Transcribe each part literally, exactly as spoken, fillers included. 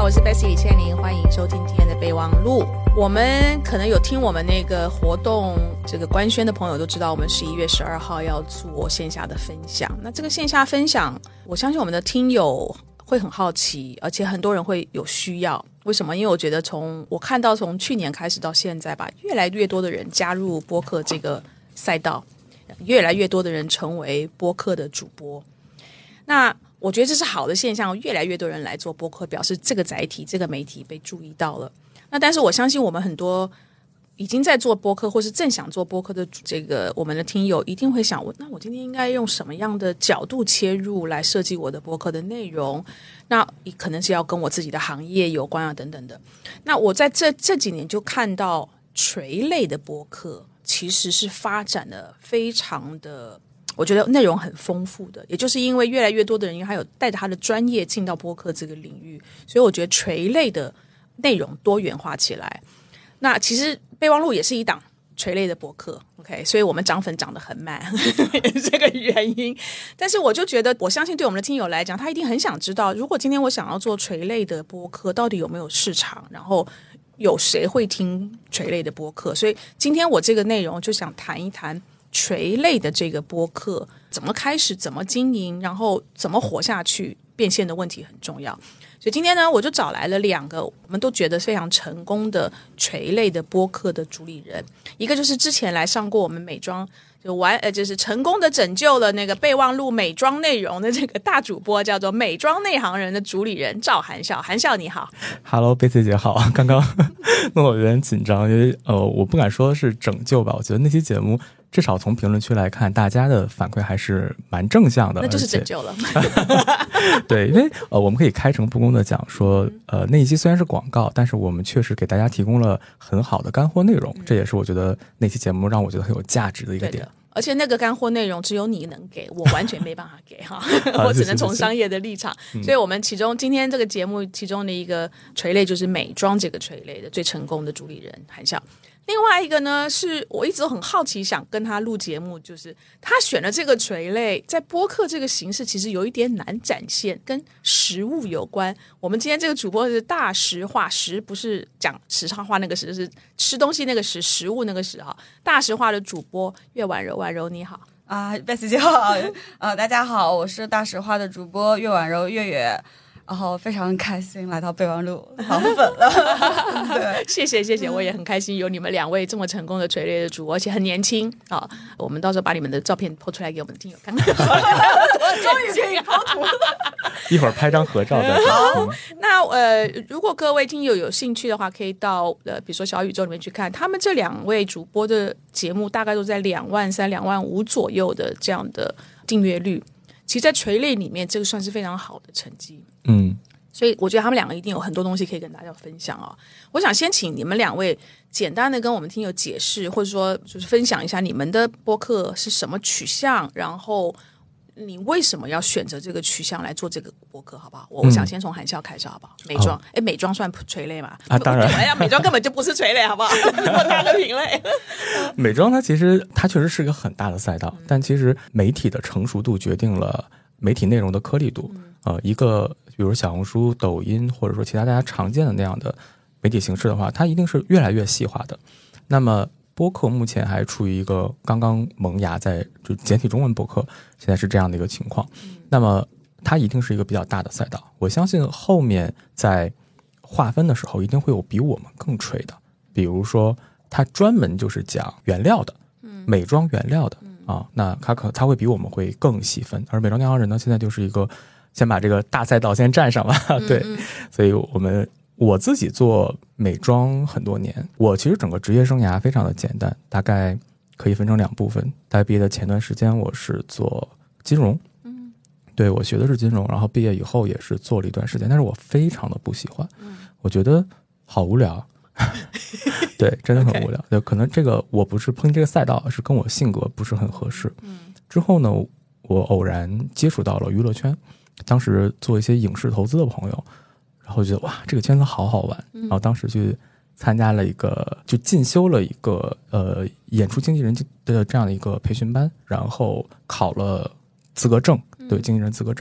我是 Betsy 李千玲，欢迎收听今天的备忘录。我们可能有听我们那个活动这个官宣的朋友都知道，我们十一月十二号要做线下的分享。那这个线下分享，我相信我们的听友会很好奇，而且很多人会有需要。为什么？因为我觉得从我看到从去年开始到现在吧，越来越多的人加入播客这个赛道，越来越多的人成为播客的主播。那我觉得这是好的现象，越来越多人来做播客，表示这个载体这个媒体被注意到了。那但是我相信我们很多已经在做播客或是正想做播客的这个我们的听友一定会想，那我今天应该用什么样的角度切入来设计我的播客的内容，那可能是要跟我自己的行业有关啊等等的。那我在这这几年就看到垂类的播客其实是发展的非常的，我觉得内容很丰富的，也就是因为越来越多的人还有带着他的专业进到播客这个领域，所以我觉得垂类的内容多元化起来。那其实备忘录也是一档垂类的播客 OK， 所以我们涨粉涨得很慢也是这个原因。但是我就觉得我相信对我们的听友来讲，他一定很想知道，如果今天我想要做垂类的播客到底有没有市场，然后有谁会听垂类的播客。所以今天我这个内容就想谈一谈垂类的这个播客怎么开始，怎么经营，然后怎么活下去，变现的问题很重要。所以今天呢，我就找来了两个我们都觉得非常成功的垂类的播客的主理人，一个就是之前来上过我们美妆就完呃，就是成功的拯救了那个备忘录美妆内容的这个大主播，叫做美妆内行人的主理人赵含笑。含笑你好。 Hello 贝斯姐好。刚刚弄得我有点紧张，因为呃，我不敢说是拯救吧，我觉得那期节目至少从评论区来看，大家的反馈还是蛮正向的， 那就是拯救了对，因为呃，我们可以开诚布公的讲说，呃，那一期虽然是广告，但是我们确实给大家提供了很好的干货内容，这也是我觉的那期节目让我觉得很有价值的一个点。 而且那个干货内容只有你能给，我完全没办法给哈，我只能从商业的立场。 是是是所以我们其中今天这个节目其中的一个垂类就是美妆这个垂类的最成功的主理人含笑。另外一个呢，是我一直都很好奇想跟他录节目，就是他选的这个垂类在播客这个形式其实有一点难展现，跟食物有关。我们今天这个主播是大实话，食不是讲时尚话那个食，就是吃东西那个食，食物那个食哈。大实话的主播岳婉柔，婉柔你好啊，贝斯姐好，呃，大家好，我是大实话的主播岳婉柔，岳岳。然后非常开心来到备忘录涨粉了对， 谢谢谢谢，我也很开心有你们两位这么成功的垂类的主播，而且很年轻啊！我们到时候把你们的照片 po 出来给我们的听友看看终于可以抛图了一会儿拍张合照再好，那呃，如果各位听友有兴趣的话，可以到呃，比如说小宇宙里面去看，他们这两位主播的节目大概都在两万三、两万五左右的这样的订阅率。其实在垂类里面这个算是非常好的成绩， 嗯， 所以我觉得他们两个一定有很多东西可以跟大家分享啊、哦。我想先请你们两位简单的跟我们听友解释，或者说就是分享一下你们的播客是什么取向，然后你为什么要选择这个取向来做这个播客，好不好？我我想先从含笑开始，好不好？美妆，哎、哦，美妆算垂类嘛？ 啊，当然， 哎呀，美妆根本就不是垂类，好不好？我大个品类。 美妆它其实它确实是一个很大的赛道，嗯、但其实媒体的成熟度决定了媒体内容的颗粒度。嗯、呃，一个比如小红书、抖音，或者说其他大家常见的那样的媒体形式的话，它一定是越来越细化的。那么播客目前还处于一个刚刚萌芽，在就简体中文播客现在是这样的一个情况。嗯、那么它一定是一个比较大的赛道，我相信后面在划分的时候一定会有比我们更垂的，比如说它专门就是讲原料的，嗯、美妆原料的、嗯、啊，那它可它会比我们会更细分。而美妆内行人呢，现在就是一个先把这个大赛道先占上吧，嗯、对，所以我们。我自己做美妆很多年，我其实整个职业生涯非常的简单，大概可以分成两部分。大学毕业的前段时间我是做金融，嗯，对，我学的是金融，然后毕业以后也是做了一段时间，但是我非常的不喜欢，嗯、我觉得好无聊，对，真的很无聊。就可能这个我不是碰这个赛道，是跟我性格不是很合适。嗯，之后呢，我偶然接触到了娱乐圈，当时做一些影视投资的朋友。然后觉得哇，这个圈子好好玩，然后当时去参加了一个，就进修了一个呃演出经纪人的这样的一个培训班，然后考了资格证，对，经纪人资格证，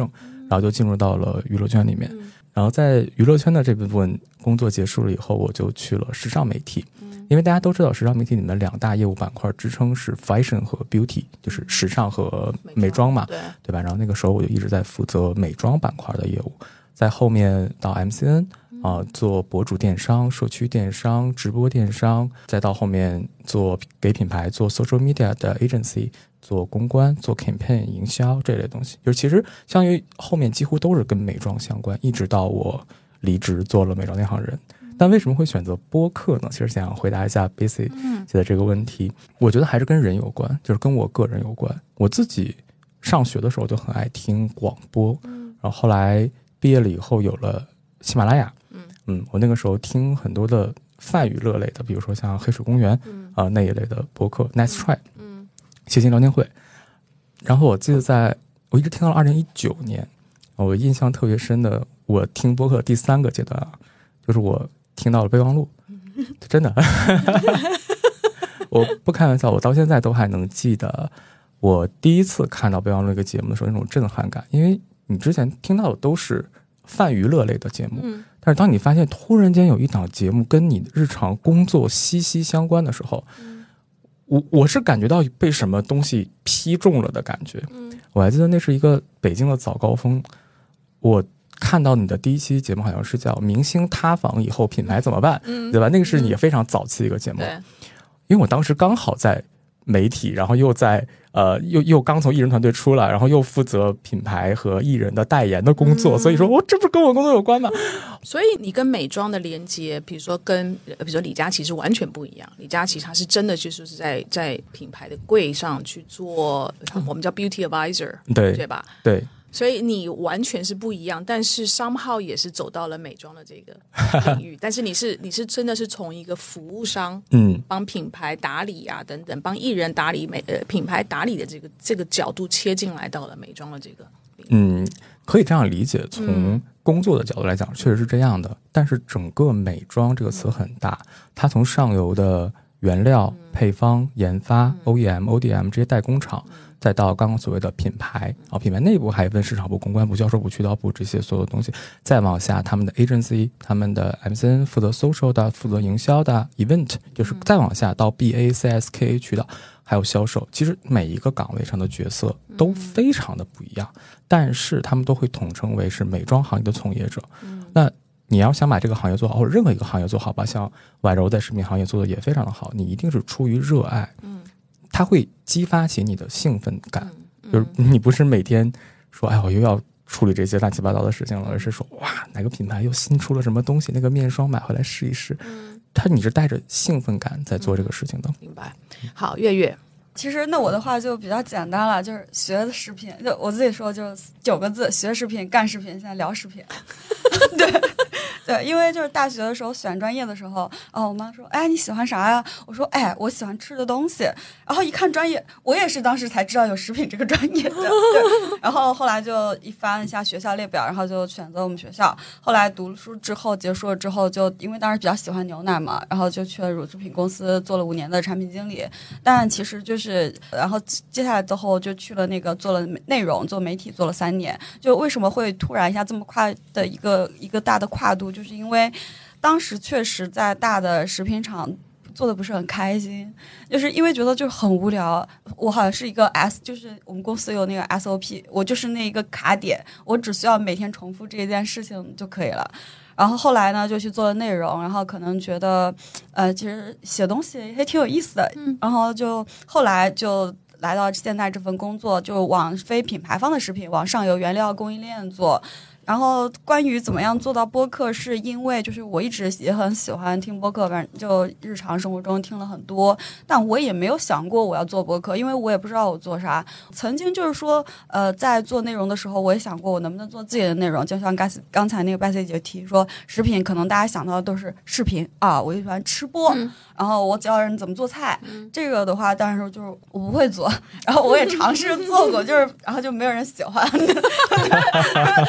然后就进入到了娱乐圈里面。然后在娱乐圈的这部分工作结束了以后，我就去了时尚媒体。因为大家都知道时尚媒体里面两大业务板块支撑是 fashion 和 beauty， 就是时尚和美妆嘛， 对对吧？然后那个时候我就一直在负责美妆板块的业务，在后面到 M C N 啊、呃，做博主电商、社区电商、直播电商，再到后面做给品牌做 social media 的 agency， 做公关、做 campaign 营销这类东西，就是其实相当于后面几乎都是跟美妆相关，一直到我离职做了美妆内行人。但为什么会选择播客呢？其实想回答一下 Basic 写的这个问题、嗯、我觉得还是跟人有关，就是跟我个人有关。我自己上学的时候就很爱听广播、嗯、然后后来毕业了以后有了喜马拉雅， 嗯, 嗯我那个时候听很多的泛娱乐类的，比如说像黑水公园、嗯呃、那一类的播客 Nice Try， 嗯，谐星聊天会。然后我记得在我一直听到了二零一九年，我印象特别深的，我听播客第三个阶段啊，就是我听到了备忘录，真的我不开玩笑，我到现在都还能记得我第一次看到备忘录一个节目的时候那种震撼感。因为你之前听到的都是泛娱乐类的节目、嗯、但是当你发现突然间有一档节目跟你日常工作息息相关的时候、嗯、我我是感觉到被什么东西劈中了的感觉、嗯、我还记得那是一个北京的早高峰，我看到你的第一期节目好像是叫明星塌房以后品牌怎么办、嗯、对吧？那个是也非常早期的一个节目、嗯、因为我当时刚好在媒体，然后又在呃又又刚从艺人团队出来，然后又负责品牌和艺人的代言的工作、嗯、所以说我、哦、这不是跟我工作有关吗？ 所以你跟美妆的连接，比如说跟比如说李佳琦是完全不一样。李佳琦他是真的就是在在品牌的柜上去做、嗯、我们叫 beauty advisor， 对对吧？ 对， 所以你完全是不一样，但是 somehow 也是走到了美妆的这个领域但是你是你是真的是从一个服务商，嗯，帮品牌打理啊等等，帮艺人打理美呃品牌打理的这个这个角度切进来到了美妆的这个领域。 嗯，可以这样理解，从工作的角度来讲、嗯、确实是这样的。但是整个美妆这个词很大、嗯、它从上游的原料、嗯、配方、研发、嗯、O E M、O D M 这些代工厂、嗯，再到刚刚所谓的品牌啊，品牌内部还分市场部、公关部、销售部、渠道部这些所有的东西，再往下他们的 agency、他们的 M C N 负责 social 的、负责营销的 event， 就是再往下到 B A C S K A 渠道，还有销售。其实每一个岗位上的角色都非常的不一样，但是他们都会统称为是美妆行业的从业者。那你要想把这个行业做好，或者任何一个行业做好吧，像婉柔在食品行业做的也非常的好，你一定是出于热爱，嗯，它会激发起你的兴奋感，嗯嗯、就是你不是每天说哎我又要处理这些乱七八糟的事情了，而是说哇哪个品牌又新出了什么东西，那个面霜买回来试一试，嗯，它你是带着兴奋感在做这个事情的。 明白。好，月月。 其实那我的话就比较简单了，就是学的食品，就我自己说就九个字：学食品、干食品，现在聊食品。对对，因为就是大学的时候选专业的时候，哦，我妈说，哎，你喜欢啥呀？我说，哎，我喜欢吃的东西。然后一看专业，我也是当时才知道有食品这个专业的。对，然后后来就一翻一下学校列表，然后就选择我们学校。后来读书之后结束了之后，就因为当时比较喜欢牛奶嘛，然后就去了乳制品公司做了五年的产品经理。但其实就是，然后接下来之后就去了那个做了内容，做媒体做了三年。就为什么会突然一下这么快的一个一个大的跨度，就是因为当时确实在大的食品厂做的不是很开心，就是因为觉得就很无聊。我好像是一个 S， 就是我们公司有那个 S O P， 我就是那一个卡点，我只需要每天重复这一件事情就可以了。然后后来呢就去做了内容，然后可能觉得呃其实写东西还挺有意思的，嗯，然后就后来就来到现在这份工作，就往非品牌方的食品往上游原料供应链做。然后关于怎么样做到播客，是因为就是我一直也很喜欢听播客，反正就日常生活中听了很多，但我也没有想过我要做播客，因为我也不知道我做啥。曾经就是说呃，在做内容的时候，我也想过我能不能做自己的内容，就像刚刚才那个 Bessy 姐提说食品可能大家想到的都是视频啊，我就喜欢吃播、嗯、然后我教人怎么做菜、嗯、这个的话当然说就是我不会做，然后我也尝试做过就是然后就没有人喜欢啊， 就是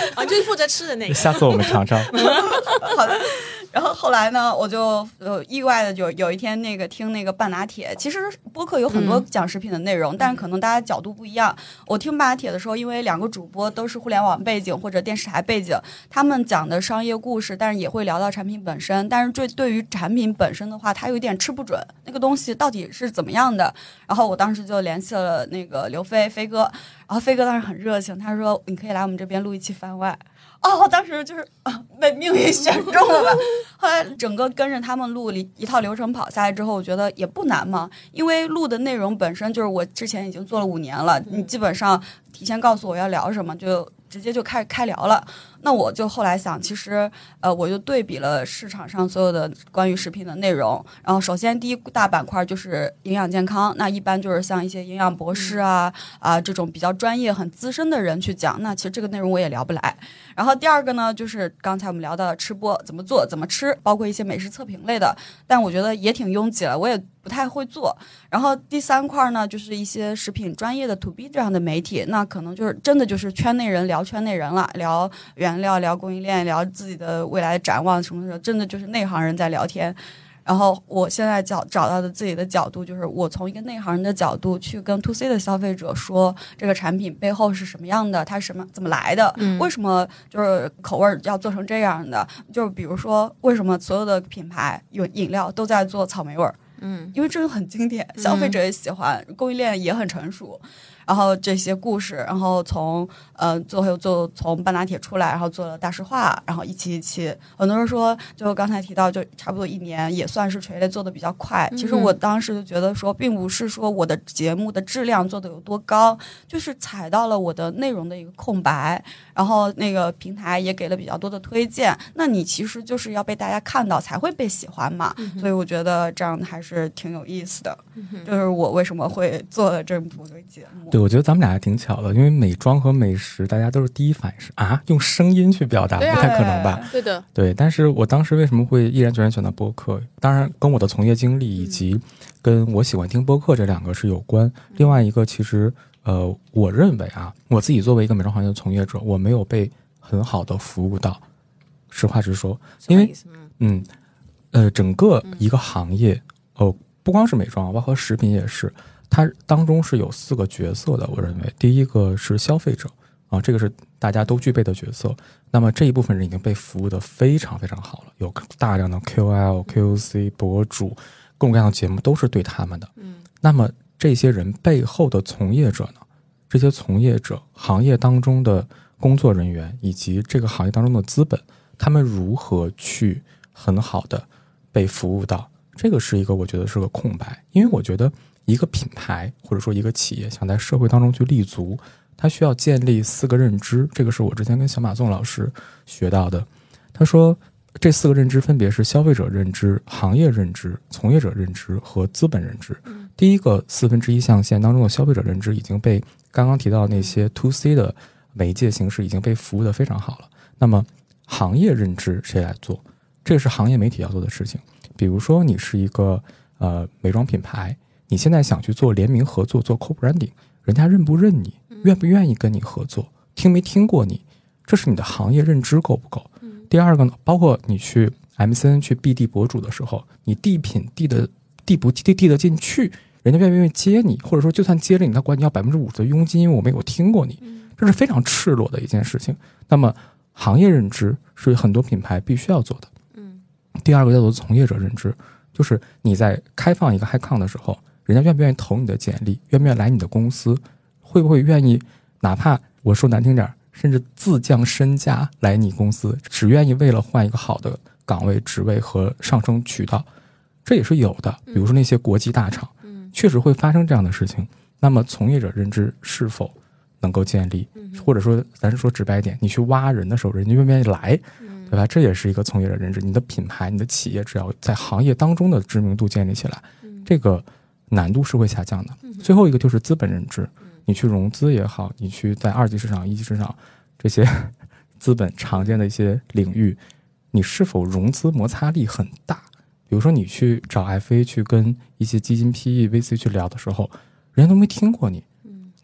负责吃的那个。 下次我们尝尝。 好的。然后后来呢，我就呃意外的有有一天那个听那个半拿铁，其实播客有很多讲食品的内容，嗯、但是可能大家角度不一样。我听半拿铁的时候，因为两个主播都是互联网背景或者电视台背景，他们讲的商业故事，但是也会聊到产品本身。但是对对于产品本身的话，他有点吃不准那个东西到底是怎么样的。然后我当时就联系了那个刘飞飞哥，然后飞哥当时很热情，他说你可以来我们这边录一期番外。哦，当时就是啊，被命运选中了吧。后来整个跟着他们录一套流程跑下来之后，我觉得也不难嘛，因为录的内容本身就是我之前已经做了五年了，你基本上提前告诉我要聊什么，就直接就开开聊了。那我就后来想，其实呃，我就对比了市场上所有的关于食品的内容，然后首先第一大板块就是营养健康，那一般就是像一些营养博士啊啊、呃、这种比较专业很资深的人去讲，那其实这个内容我也聊不来。然后第二个呢，就是刚才我们聊到的吃播怎么做怎么吃，包括一些美食测评类的，但我觉得也挺拥挤了，我也不太会做。然后第三块呢，就是一些食品专业的 to B 这样的媒体，那可能就是真的就是圈内人聊圈内人了，聊原料，聊供应链，聊自己的未来展望什么什么，真的就是内行人在聊天。然后我现在找找到的自己的角度，就是我从一个内行人的角度去跟 to C 的消费者说，这个产品背后是什么样的，它是什么怎么来的、嗯、为什么就是口味要做成这样的，就是比如说为什么所有的品牌有饮料都在做草莓味儿，嗯，因为这个很经典，消费者也喜欢、嗯、供应链也很成熟。然后这些故事，然后从呃最后就从半拿铁出来，然后做了大实话，然后一期一期，很多人说就刚才提到就差不多一年，也算是垂类做的比较快。其实我当时就觉得说，并不是说我的节目的质量做的有多高，就是踩到了我的内容的一个空白，然后那个平台也给了比较多的推荐，那你其实就是要被大家看到才会被喜欢嘛、嗯、所以我觉得这样还是挺有意思的、嗯、就是我为什么会做了这么多个节目。 对，我觉得咱们俩还挺巧的，因为美妆和美食大家都是第一反应是啊，用声音去表达，不太可能吧？ 对的， 对。但是我当时为什么会毅然决然选择播客？当然跟我的从业经历以及跟我喜欢听播客这两个是有关。另外一个，其实呃，我认为啊，我自己作为一个美妆行业的从业者，我没有被很好的服务到。实话实说，因为嗯呃，整个一个行业哦、呃，不光是美妆，包括食品也是。它当中是有四个角色的，我认为第一个是消费者啊，这个是大家都具备的角色。那么这一部分人已经被服务的非常非常好了，有大量的 Q O L、Q O C 博主，各种各样的节目都是对他们的。嗯，那么这些人背后的从业者呢？这些从业者、行业当中的工作人员以及这个行业当中的资本，他们如何去很好的被服务到？这个是一个我觉得是个空白，因为我觉得。一个品牌或者说一个企业想在社会当中去立足，它需要建立四个认知，这个是我之前跟小马纵老师学到的。他说这四个认知分别是消费者认知、行业认知、从业者认知和资本认知。第一个四分之一象限当中的消费者认知已经被刚刚提到的那些 to C 的媒介形式已经被服务的非常好了。那么行业认知谁来做？这个是行业媒体要做的事情。比如说你是一个呃美妆品牌，你现在想去做联名合作，做 co-branding， 人家认不认你，愿不愿意跟你合作，听没听过你，这是你的行业认知够不够。第二个呢，包括你去 M C N 去 B D 博主的时候，你递品递的递不递递得进去，人家愿不愿意接你，或者说就算接了你，他管你要百分之五十的佣金，因为我没有听过你，这是非常赤裸的一件事情。那么行业认知是很多品牌必须要做的。第二个叫做从业者认知，就是你在开放一个 HiCon 的时候，人家愿不愿意投你的简历，愿不愿意来你的公司，会不会愿意哪怕我说难听点，甚至自降身价来你公司，只愿意为了换一个好的岗位职位和上升渠道，这也是有的。比如说那些国际大厂，确实会发生这样的事情。那么从业者认知是否能够建立，或者说咱是说直白点，你去挖人的时候，人家愿不愿意来，对吧？这也是一个从业者认知。你的品牌、你的企业只要在行业当中的知名度建立起来，这个难度是会下降的。最后一个就是资本认知，你去融资也好，你去在二级市场、一级市场这些资本常见的一些领域，你是否融资摩擦力很大？比如说你去找 F A 去跟一些基金 P E、V C 去聊的时候，人家都没听过你，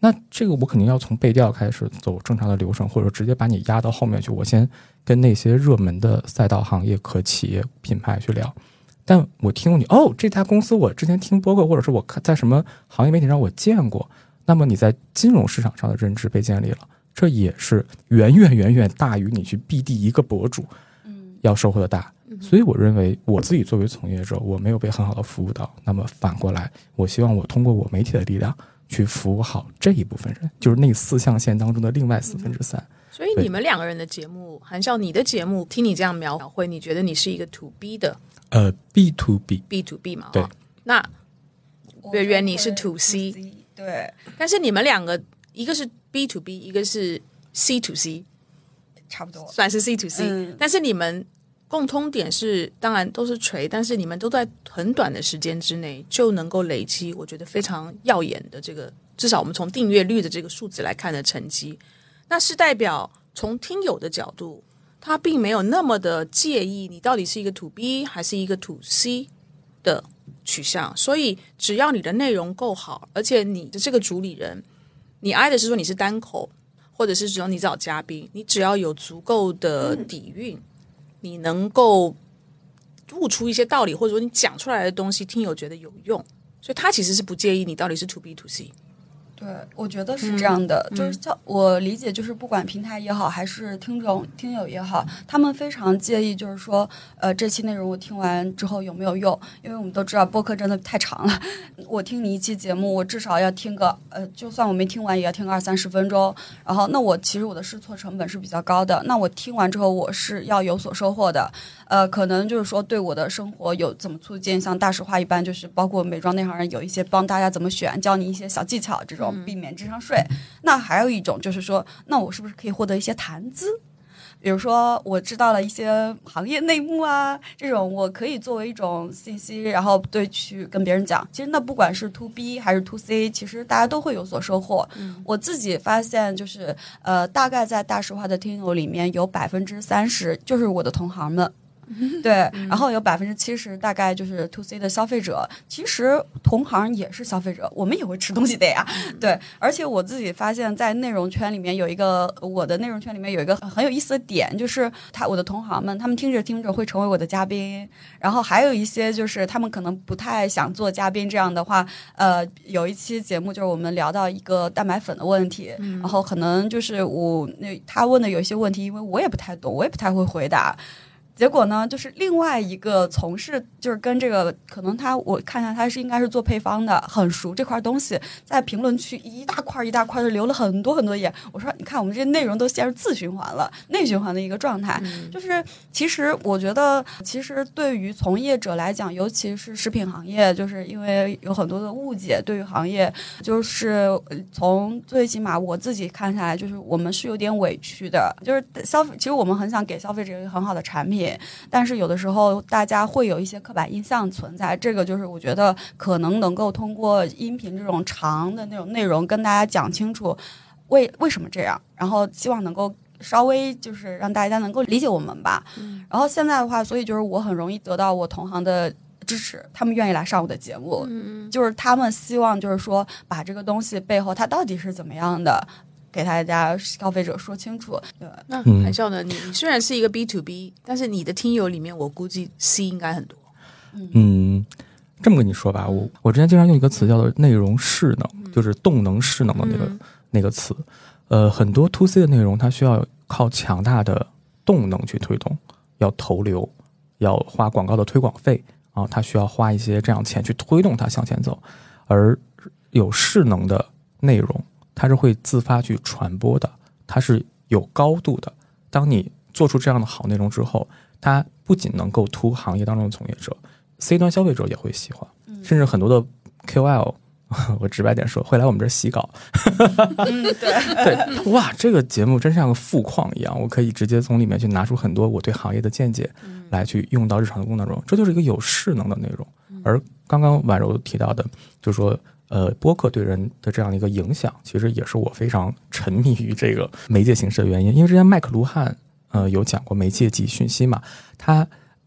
那这个我肯定要从背调开始走正常的流程，或者直接把你压到后面去，我先跟那些热门的赛道行业和企业品牌去聊。但我听过你哦，这家公司我之前听播客，或者是我在什么行业媒体上我见过，那么你在金融市场上的认知被建立了，这也是远远远远大于你去 B D 一个博主要收获的大。所以我认为我自己作为从业者，我没有被很好的服务到，那么反过来我希望我通过我媒体的力量去服务好这一部分人，就是那四象限当中的另外四分之三。 所以你们两个人的节目，韩笑你的节目听你这样描绘，你觉得你是一个 to B 的呃 B to B B to B 嘛？ 对。 哦、那圆圆你是 to C， 对。 但是你们两个一个是 B to B， 一个是 C to C， 差不多算是 C to C、嗯、但是你们共通点是，当然都是锤，但是你们都在很短的时间之内就能够累积，我觉得非常耀眼的这个，至少我们从订阅率的这个数字来看的成绩。那是代表从听友的角度，他并没有那么的介意你到底是一个 to B 还是一个 to C 的取向，所以只要你的内容够好，而且你的这个主理人，你挨的是说你是单口，或者是只要你找嘉宾，你只要有足够的底蕴、嗯，你能够悟出一些道理，或者说你讲出来的东西听友觉得有用，所以他其实是不介意你到底是 to B to C。 对，我觉得是这样的、嗯、就是像我理解，就是不管平台也好还是听众听友也好，他们非常介意就是说呃，这期内容我听完之后有没有用，因为我们都知道播客真的太长了，我听你一期节目我至少要听个呃，就算我没听完也要听个二三十分钟，然后那我其实我的试错成本是比较高的，那我听完之后我是要有所收获的，呃，可能就是说对我的生活有怎么促进，像大实话一般就是包括美妆内行人有一些帮大家怎么选，教你一些小技巧这种避免智商税、嗯、那还有一种就是说，那我是不是可以获得一些谈资，比如说我知道了一些行业内幕啊，这种我可以作为一种信息，然后对去跟别人讲，其实那不管是 to B 还是 to C， 其实大家都会有所收获、嗯、我自己发现就是呃，大概在大实话的听友里面有百分之三十就是我的同行们，对，然后有百分之七十大概就是 to C 的消费者，其实同行也是消费者，我们也会吃东西的呀，对，而且我自己发现在内容圈里面有一个，我的内容圈里面有一个很有意思的点，就是他我的同行们他们听着听着会成为我的嘉宾，然后还有一些就是他们可能不太想做嘉宾，这样的话呃，有一期节目就是我们聊到一个蛋白粉的问题、嗯、然后可能就是我那他问的有一些问题因为我也不太懂，我也不太会回答，结果呢就是另外一个从事就是跟这个可能他我看一下他是应该是做配方的，很熟这块东西，在评论区一大块一大块的留了很多很多页，我说你看我们这内容都陷入自循环了，内循环的一个状态、嗯、就是其实我觉得其实对于从业者来讲，尤其是食品行业，就是因为有很多的误解，对于行业就是从最起码我自己看下来，就是我们是有点委屈的，就是消费其实我们很想给消费者一个很好的产品，但是有的时候大家会有一些刻板印象存在，这个就是我觉得可能能够通过音频这种长的那种内容跟大家讲清楚为为什么这样，然后希望能够稍微就是让大家能够理解我们吧、嗯、然后现在的话，所以就是我很容易得到我同行的支持，他们愿意来上我的节目、嗯、就是他们希望就是说把这个东西背后它到底是怎么样的给大家消费者说清楚。对， 那韩笑呢？你你虽然是一个 B to B， 但是你的听友里面，我估计 C 应该很多。 嗯，这么跟你说吧，我我之前经常用一个词叫做内容势能，嗯、就是动能势能的那个、嗯、那个词。呃，很多 to C 的内容，它需要靠强大的动能去推动，要投流，要花广告的推广费啊，它需要花一些这样钱去推动它向前走。而有势能的内容，它是会自发去传播的，它是有高度的。当你做出这样的好内容之后，它不仅能够突行业当中的从业者， C 端消费者也会喜欢，甚至很多的 K O L 我直白点说会来我们这儿洗稿嗯，对对，哇，这个节目真像个富矿一样，我可以直接从里面去拿出很多我对行业的见解来去用到日常的工作中，这就是一个有势能的内容。而刚刚婉柔提到的就是说呃，播客对人的这样的一个影响，其实也是我非常沉迷于这个媒介形式的原因。因为之前麦克卢汉呃有讲过媒介及讯息嘛，他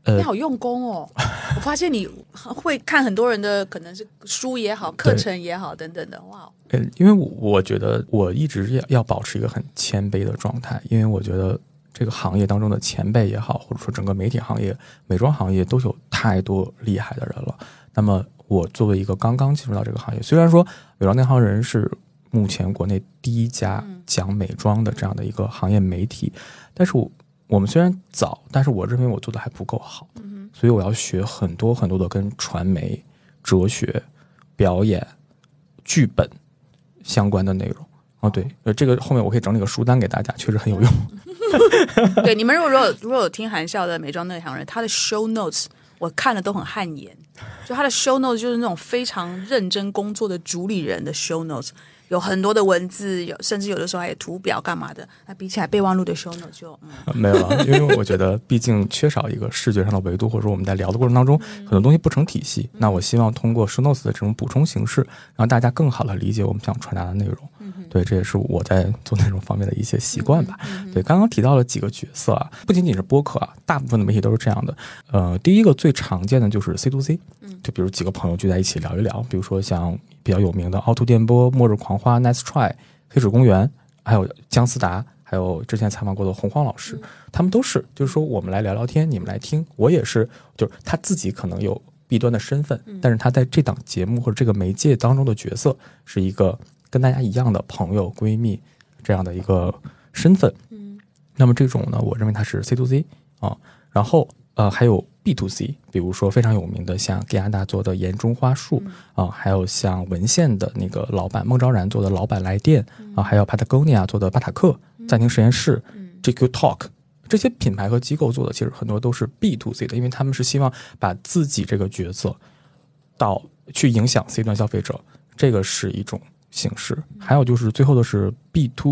呃， 你好用功哦！我发现你会看很多人的，可能是书也好，课程也好，等等的。哇， 呃，因为我觉得我一直要要保持一个很谦卑的状态，因为我觉得这个行业当中的前辈也好，或者说整个媒体行业、美妆行业都有太多厉害的人了。那么我作为一个刚刚进入到这个行业，虽然说美妆内行人是目前国内第一家讲美妆的这样的一个行业媒体，但是我我们虽然早，但是我认为我做的还不够好，所以我要学很多很多的跟传媒、哲学、表演、剧本相关的内容。哦，对，这个后面我可以整理个书单给大家，确实很有用。 对，你们如果如果如果有听韩笑的美妆内行人，他的 show notes 我看了都很汗颜，就他的 show notes 就是那种非常认真工作的主理人的 show notes， 有很多的文字，有甚至有的时候还有图表干嘛的。那比起来备忘录的 show notes 就、嗯、 没有了，因为我觉得毕竟缺少一个视觉上的维度，或者说我们在聊的过程当中很多东西不成体系。嗯、那我希望通过 show notes 的这种补充形式，让大家更好的理解我们想传达的内容。嗯、对，这也是我在做内容方面的一些习惯吧。嗯、对，刚刚提到了几个角色啊，不仅仅是播客啊，大部分的媒体都是这样的。呃，第一个最常见的就是 C to C， 就比如几个朋友聚在一起聊一聊，比如说像比较有名的凹凸电波、末日狂花、Nice Try、黑水公园，还有姜思达，还有之前采访过的洪荒老师，他们都是就是说我们来聊聊天，你们来听。我也是，就是他自己可能有弊端的身份，但是他在这档节目或者这个媒介当中的角色是一个跟大家一样的朋友、闺蜜这样的一个身份。嗯，那么这种呢，我认为它是 C to C 啊，然后呃还有 B to C， 比如说非常有名的像加拿大做的岩中花树啊、呃，还有像文献的那个老板孟昭然做的老板来电啊、呃，还有 Patagonia 做的巴塔克暂停实验室、G Q Talk， 这些品牌和机构做的其实很多都是 B to C 的，因为他们是希望把自己这个角色到去影响 C 端消费者，这个是一种形式。还有就是最后的是 B to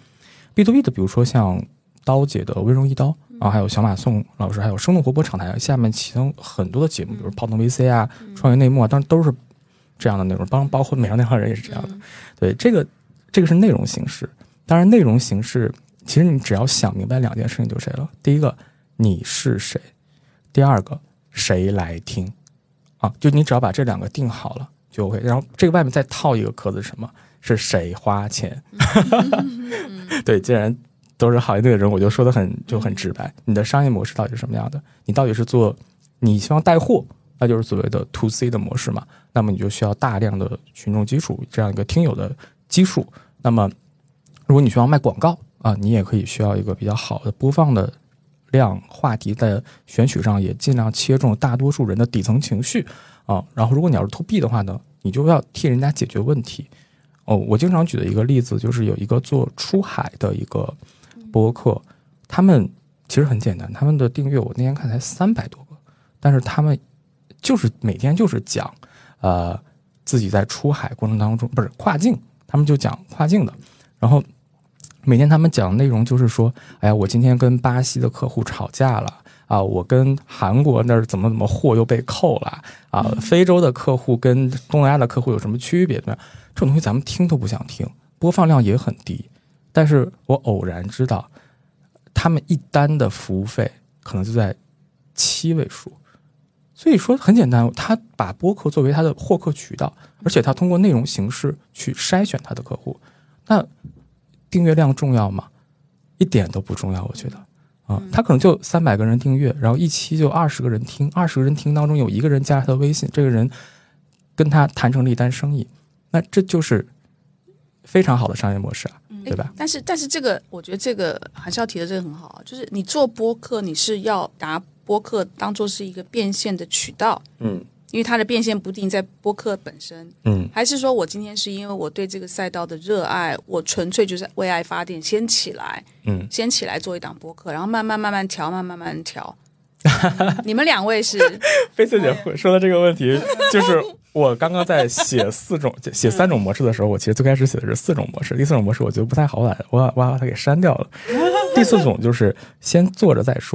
B，B to B 的比如说像刀姐的温柔一刀啊，还有小马宋老师，还有生动活泼厂台下面其中很多的节目，比如泡腾 V C 啊、创业内幕啊，当然都是这样的内容，包包括美妆内行人也是这样的。对，这个这个是内容形式。当然，内容形式其实你只要想明白两件事情就谁了。第一个，你是谁；第二个，谁来听啊？就你只要把这两个定好了就 OK。然后这个外面再套一个壳子是什么？是谁花钱？对，既然都是行业内的人，我就说的很就很直白。你的商业模式到底是什么样的？你到底是做你希望带货，那就是所谓的 to C 的模式嘛？那么你就需要大量的群众基础，这样一个听友的基数。那么如果你需要卖广告啊，你也可以需要一个比较好的播放的量，话题在选取上也尽量切中大多数人的底层情绪啊。然后如果你要是 to B 的话呢，你就要替人家解决问题。哦，我经常举的一个例子就是有一个做出海的一个播客，他们其实很简单，他们的订阅我那天看才三百多个，但是他们就是每天就是讲呃自己在出海过程当中，不是跨境，他们就讲跨境的，然后每天他们讲的内容就是说，哎呀，我今天跟巴西的客户吵架了啊，我跟韩国那儿怎么怎么货又被扣了啊，非洲的客户跟东南亚的客户有什么区别？对吧？这种东西咱们听都不想听，播放量也很低。但是我偶然知道，他们一单的服务费可能就在七位数。所以说很简单，他把播客作为他的获客渠道，而且他通过内容形式去筛选他的客户。那订阅量重要吗？一点都不重要，我觉得啊，他可能就三百个人订阅，然后一期就二十个人听，二十个人听当中有一个人加他的微信，这个人跟他谈成了一单生意，那这就是非常好的商业模式啊，对吧？ 但是但是这个我觉得这个韩笑提的这个很好，就是你做播客，你是要拿播客当作是一个变现的渠道，嗯，因为它的变现不定在播客本身，嗯，还是说我今天是因为我对这个赛道的热爱，我纯粹就是为爱发电，先起来，嗯，先起来做一档播客，然后慢慢慢慢调，慢慢慢慢调。你们两位是菲菲姐说的这个问题，就是我刚刚在写四种写三种模式的时候，我其实最开始写的是四种模式，第四种模式我觉得不太好玩，我我把它给删掉了。第四种就是先做着再说。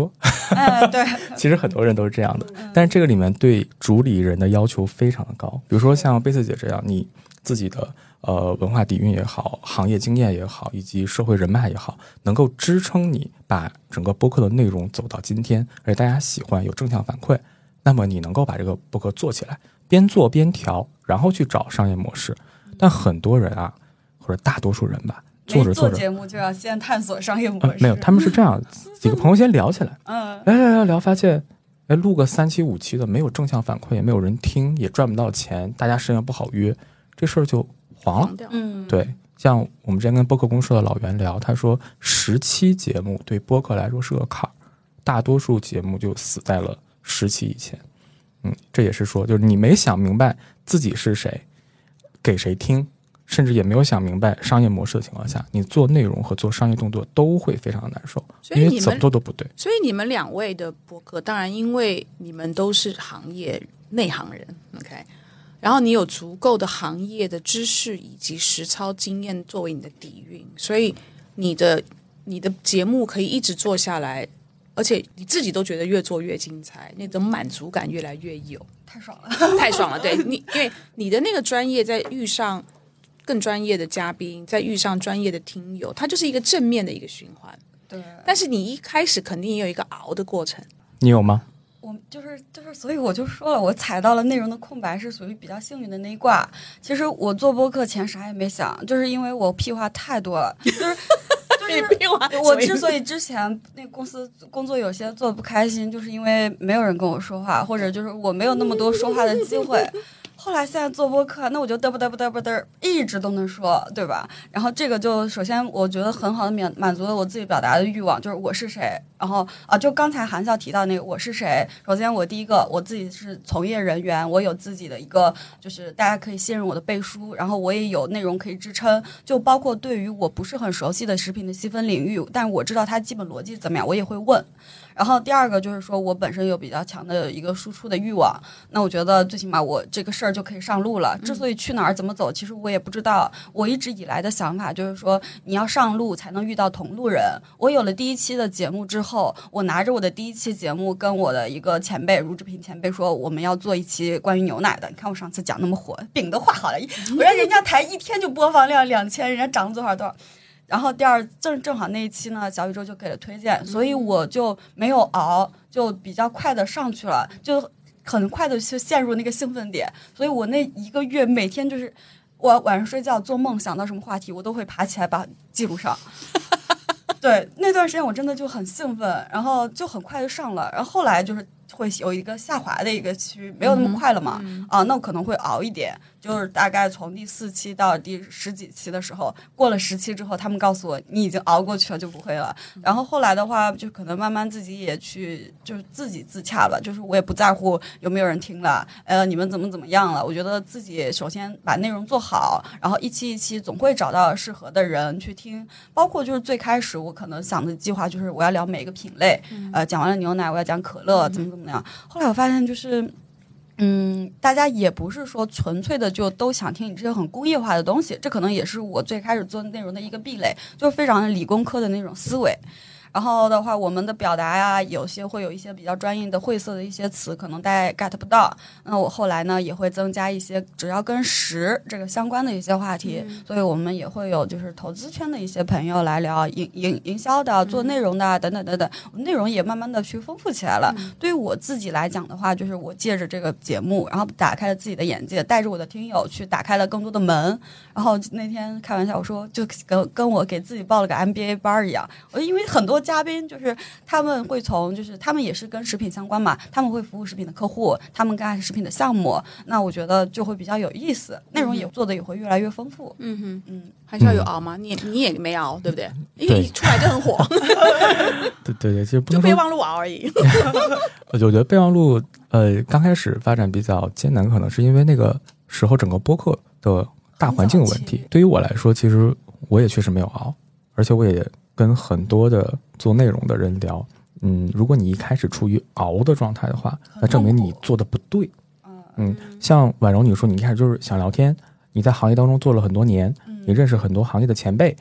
哎，对， 其实很多人都是这样的，但是这个里面对主理人的要求非常的高。比如说像贝斯姐这样，你自己的呃文化底蕴也好，行业经验也好，以及社会人脉也好，能够支撑你把整个播客的内容走到今天，而且大家喜欢，有正向反馈，那么你能够把这个播客做起来，边做边调，然后去找商业模式。但很多人啊，或者大多数人吧，做着做着做节目就要先探索商业模式、 呃。没有，他们是这样，几个朋友先聊起来， 嗯， 聊聊聊聊，发现，哎，录个三期五期的，没有正向反馈，也没有人听，也赚不到钱，大家时间不好约，这事儿就黄了。 嗯， 对，像我们之前跟播客公社的老袁聊，他说十期节目对播客来说是个坎儿，大多数节目就死在了十期以前。嗯，这也是说，就是你没想明白自己是谁，给谁听，甚至也没有想明白商业模式的情况下，你做内容和做商业动作都会非常的难受，因为怎么做都不对。 所以你们两位的播客，当然因为你们都是行业内行人 ，OK， 然后你有足够的行业的知识以及实操经验作为你的底蕴，所以你的你的节目可以一直做下来，而且你自己都觉得越做越精彩，那种满足感越来越有， 太爽了， 太爽了。对你，因为你的那个专业在遇上更专业的嘉宾，再遇上专业的听友，它就是一个正面的一个循环。 对， 但是你一开始肯定也有一个熬的过程。 你有吗？ 我就是就是，所以我就说了，我踩到了内容的空白，是属于比较幸运的那一卦。其实我做播客前啥也没想，就是因为我屁话太多了，就是。就是我之所以之前那公司工作有些做不开心，就是因为没有人跟我说话，或者就是我没有那么多说话的机会。后来现在做播客，那我就嘚啵嘚啵嘚啵嘚，一直都能说，对吧？然后这个就首先我觉得很好的满满足了我自己表达的欲望，就是我是谁。然后啊，就刚才韩笑提到那个我是谁，首先我第一个我自己是从业人员，我有自己的一个就是大家可以信任我的背书，然后我也有内容可以支撑，就包括对于我不是很熟悉的食品的细分领域，但我知道它基本逻辑怎么样，我也会问。然后第二个就是说我本身有比较强的一个输出的欲望，那我觉得最起码我这个事儿就可以上路了。之所以去哪儿怎么走，其实我也不知道。我一直以来的想法就是说，你要上路才能遇到同路人。我有了第一期的节目之后，我拿着我的第一期节目跟我的一个前辈如志平前辈说，我们要做一期关于牛奶的。你看我上次讲那么火，饼都画好了，我让人家台一天就播放量两千，人家涨了多少多少。然后第二正正好那一期呢，小宇宙就给了推荐，所以我就没有熬，就比较快的上去了，就很快的就陷入那个兴奋点。所以我那一个月每天就是我晚上睡觉做梦想到什么话题，我都会爬起来把记录上。对，那段时间我真的就很兴奋，然后就很快就上了，然后后来就是会有一个下滑的一个区，没有那么快了嘛，嗯、啊，那我可能会熬一点，就是大概从第四期到第十几期的时候，过了十期之后，他们告诉我你已经熬过去了，就不会了。然后后来的话，就可能慢慢自己也去，就是自己自洽了，就是我也不在乎有没有人听了，呃，你们怎么怎么样了。我觉得自己首先把内容做好，然后一期一期总会找到适合的人去听，包括就是最开始我可能想的计划就是我要聊每一个品类，嗯、呃，讲完了牛奶，我要讲可乐，怎么怎么样。后来我发现就是。嗯，大家也不是说纯粹的就都想听你这些很工业化的东西，这可能也是我最开始做内容的一个壁垒，就是非常理工科的那种思维。然后的话，我们的表达呀，有些会有一些比较专业的晦涩的一些词，可能大家 get 不到。那我后来呢，也会增加一些只要跟食这个相关的一些话题，嗯、所以我们也会有就是投资圈的一些朋友来聊营营营销的、做内容的、嗯、等等等等，内容也慢慢的去丰富起来了。嗯、对于我自己来讲的话，就是我借着这个节目，然后打开了自己的眼界，带着我的听友去打开了更多的门。然后那天开玩笑我说，就跟跟我给自己报了个 M B A 班一样，我因为很多嘉宾就是他们会从就是他们也是跟食品相关嘛，他们会服务食品的客户，他们干食品的项目，那我觉得就会比较有意思，内容也做的也会越来越丰富。嗯哼，嗯， 还是要有熬吗？你你也没熬，对不对？因为你出来就很火。 对对对，就不就备忘录熬而已。 我觉得备忘录呃刚开始发展比较艰难，可能是因为那个时候整个播客的大环境问题。对于我来说，其实我也确实没有熬，而且我也跟很多的做内容的人聊，嗯，如果你一开始处于熬的状态的话，那证明你做的不对。嗯，像婉柔你说你一开始就是想聊天，你在行业当中做了很多年，你认识很多行业的前辈，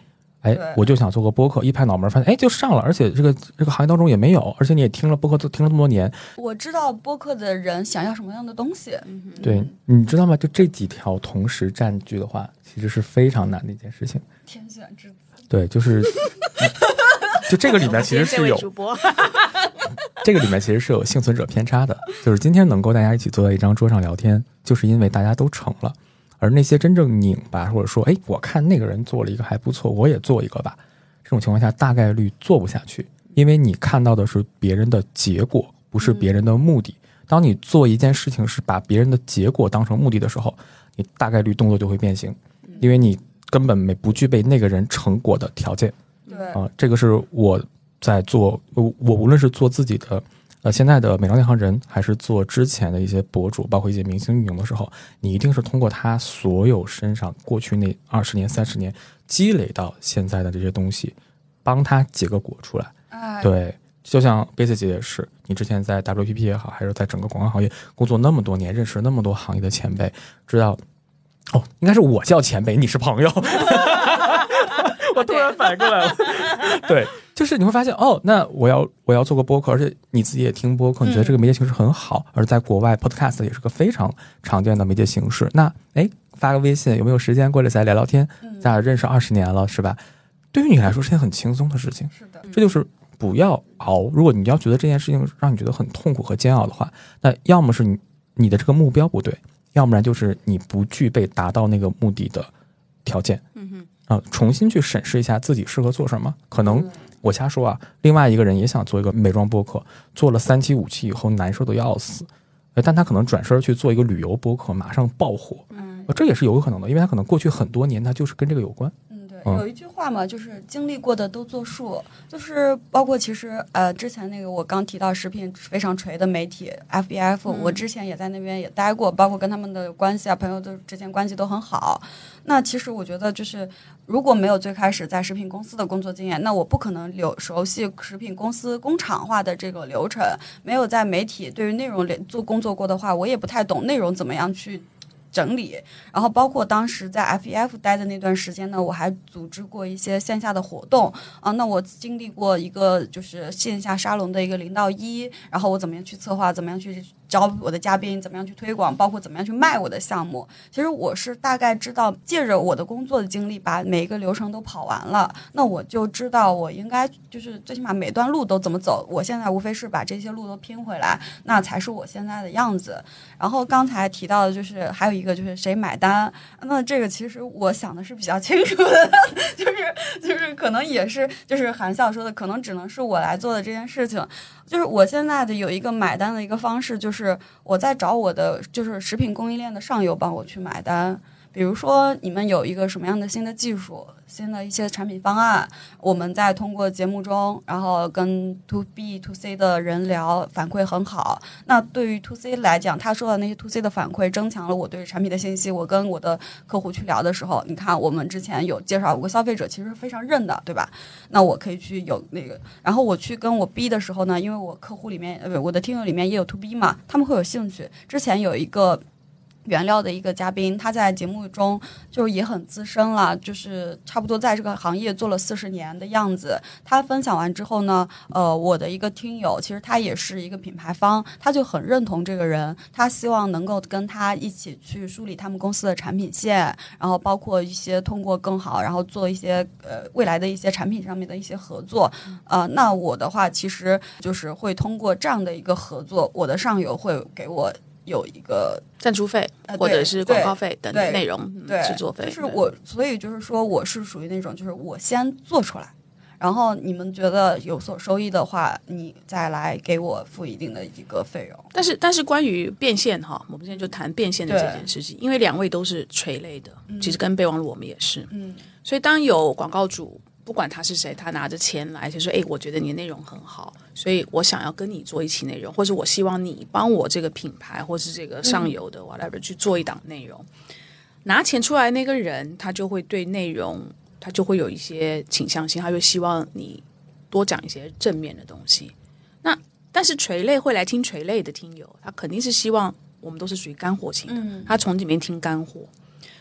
哎，我就想做个播客，一拍脑门发现哎就上了，而且这个这个行业当中也没有，而且你也听了播客都听了这么多年， 我知道播客的人想要什么样的东西。 对，你知道吗？就这几条同时占据的话，其实是非常难的一件事情。 天选之子。 对，就是就这个里面其实是有这个里面其实是有幸存者偏差的，就是今天能够大家一起坐在一张桌上聊天，就是因为大家都成了。而那些真正拧巴或者说哎我看那个人做了一个还不错我也做一个吧，这种情况下大概率做不下去，因为你看到的是别人的结果，不是别人的目的。当你做一件事情是把别人的结果当成目的的时候，你大概率动作就会变形，因为你根本没不具备那个人成果的条件。 对啊、呃，这个是我在做我我无论是做自己的呃，现在的美妆内行人，还是做之前的一些博主，包括一些明星运营的时候，你一定是通过他所有身上过去那二十年、三十年积累到现在的这些东西，帮他结个果出来。 哎， 对，就像贝斯姐也是，你之前在 W P P 也好，还是在整个广告行业工作那么多年，认识那么多行业的前辈，知道哦，应该是我叫前辈，你是朋友。我突然反过来了，对，就是你会发现哦，那我要我要做个播客，而且你自己也听播客，你觉得这个媒介形式很好，嗯、而在国外 podcast 也是个非常常见的媒介形式。那哎，发个微信，有没有时间过来再聊聊天？咱俩认识二十年了，是吧？对于你来说是件很轻松的事情。 是的， 这就是不要熬。如果你要觉得这件事情让你觉得很痛苦和煎熬的话，那要么是你你的这个目标不对，要不然就是你不具备达到那个目的的条件。嗯哼。啊，重新去审视一下自己适合做什么。可能我瞎说啊，另外一个人也想做一个美妆播客，做了三期五期以后难受的要死，但他可能转身去做一个旅游播客，马上爆火。嗯，这也是有可能的，因为他可能过去很多年他就是跟这个有关。 嗯，对，有一句话嘛，就是经历过的都作数，就是包括其实呃之前那个我刚提到食品非常垂的媒体 F B F，、嗯、我之前也在那边也待过，包括跟他们的关系啊，朋友都之前关系都很好。那其实我觉得就是如果没有最开始在食品公司的工作经验，那我不可能有熟悉食品公司工厂化的这个流程，没有在媒体对于内容做工作过的话，我也不太懂内容怎么样去整理。然后包括当时在 F E F 待的那段时间呢，我还组织过一些线下的活动啊。那我经历过一个就是线下沙龙的一个零到一，然后我怎么样去策划，怎么样去招我的嘉宾，怎么样去推广，包括怎么样去卖我的项目。其实我是大概知道，借着我的工作的经历，把每一个流程都跑完了，那我就知道我应该就是最起码每段路都怎么走。我现在无非是把这些路都拼回来，那才是我现在的样子。然后刚才提到的就是还有一个就是谁买单，那这个其实我想的是比较清楚的，就是就是可能也是就是韩笑说的，可能只能是我来做的这件事情。就是我现在的有一个买单的一个方式，就是我在找我的就是食品供应链的上游帮我去买单。比如说你们有一个什么样的新的技术，新的一些产品方案，我们在通过节目中，然后跟 to B to C 的人聊，反馈很好。那对于 to C 来讲，他说的那些 to C 的反馈增强了我对产品的信息。我跟我的客户去聊的时候，你看我们之前有介绍五个消费者其实非常认的，对吧？那我可以去有那个，然后我去跟我 B 的时候呢，因为我客户里面呃我的听友里面也有 to B 嘛，他们会有兴趣。之前有一个原料的一个嘉宾，他在节目中就也很资深了，就是差不多在这个行业做了四十年的样子。他分享完之后呢，呃，我的一个听友，其实他也是一个品牌方，他就很认同这个人，他希望能够跟他一起去梳理他们公司的产品线，然后包括一些通过更好，然后做一些呃未来的一些产品上面的一些合作。呃，那我的话其实就是会通过这样的一个合作，我的上游会给我有一个赞助费、呃、或者是广告费等内容制作费， 就是我，所以就是说我是属于那种，就是我先做出来，然后你们觉得有所收益的话，你再来给我付一定的一个费用。 但是但是关于变现哈，我们现在就谈变现的这件事情，因为两位都是垂类的，嗯、其实跟备忘录我们也是，嗯，所以当有广告主。不管他是谁，他拿着钱来就说：“哎，我觉得你的内容很好，所以我想要跟你做一期内容，或者我希望你帮我这个品牌或是这个上游的 whatever 去做一档内容。”拿钱出来那个人，他就会对内容，他就会有一些倾向性，他就希望你多讲一些正面的东西。那但是垂类会来听垂类的听友，他肯定是希望我们都是属于干货型的，他从里面听干货。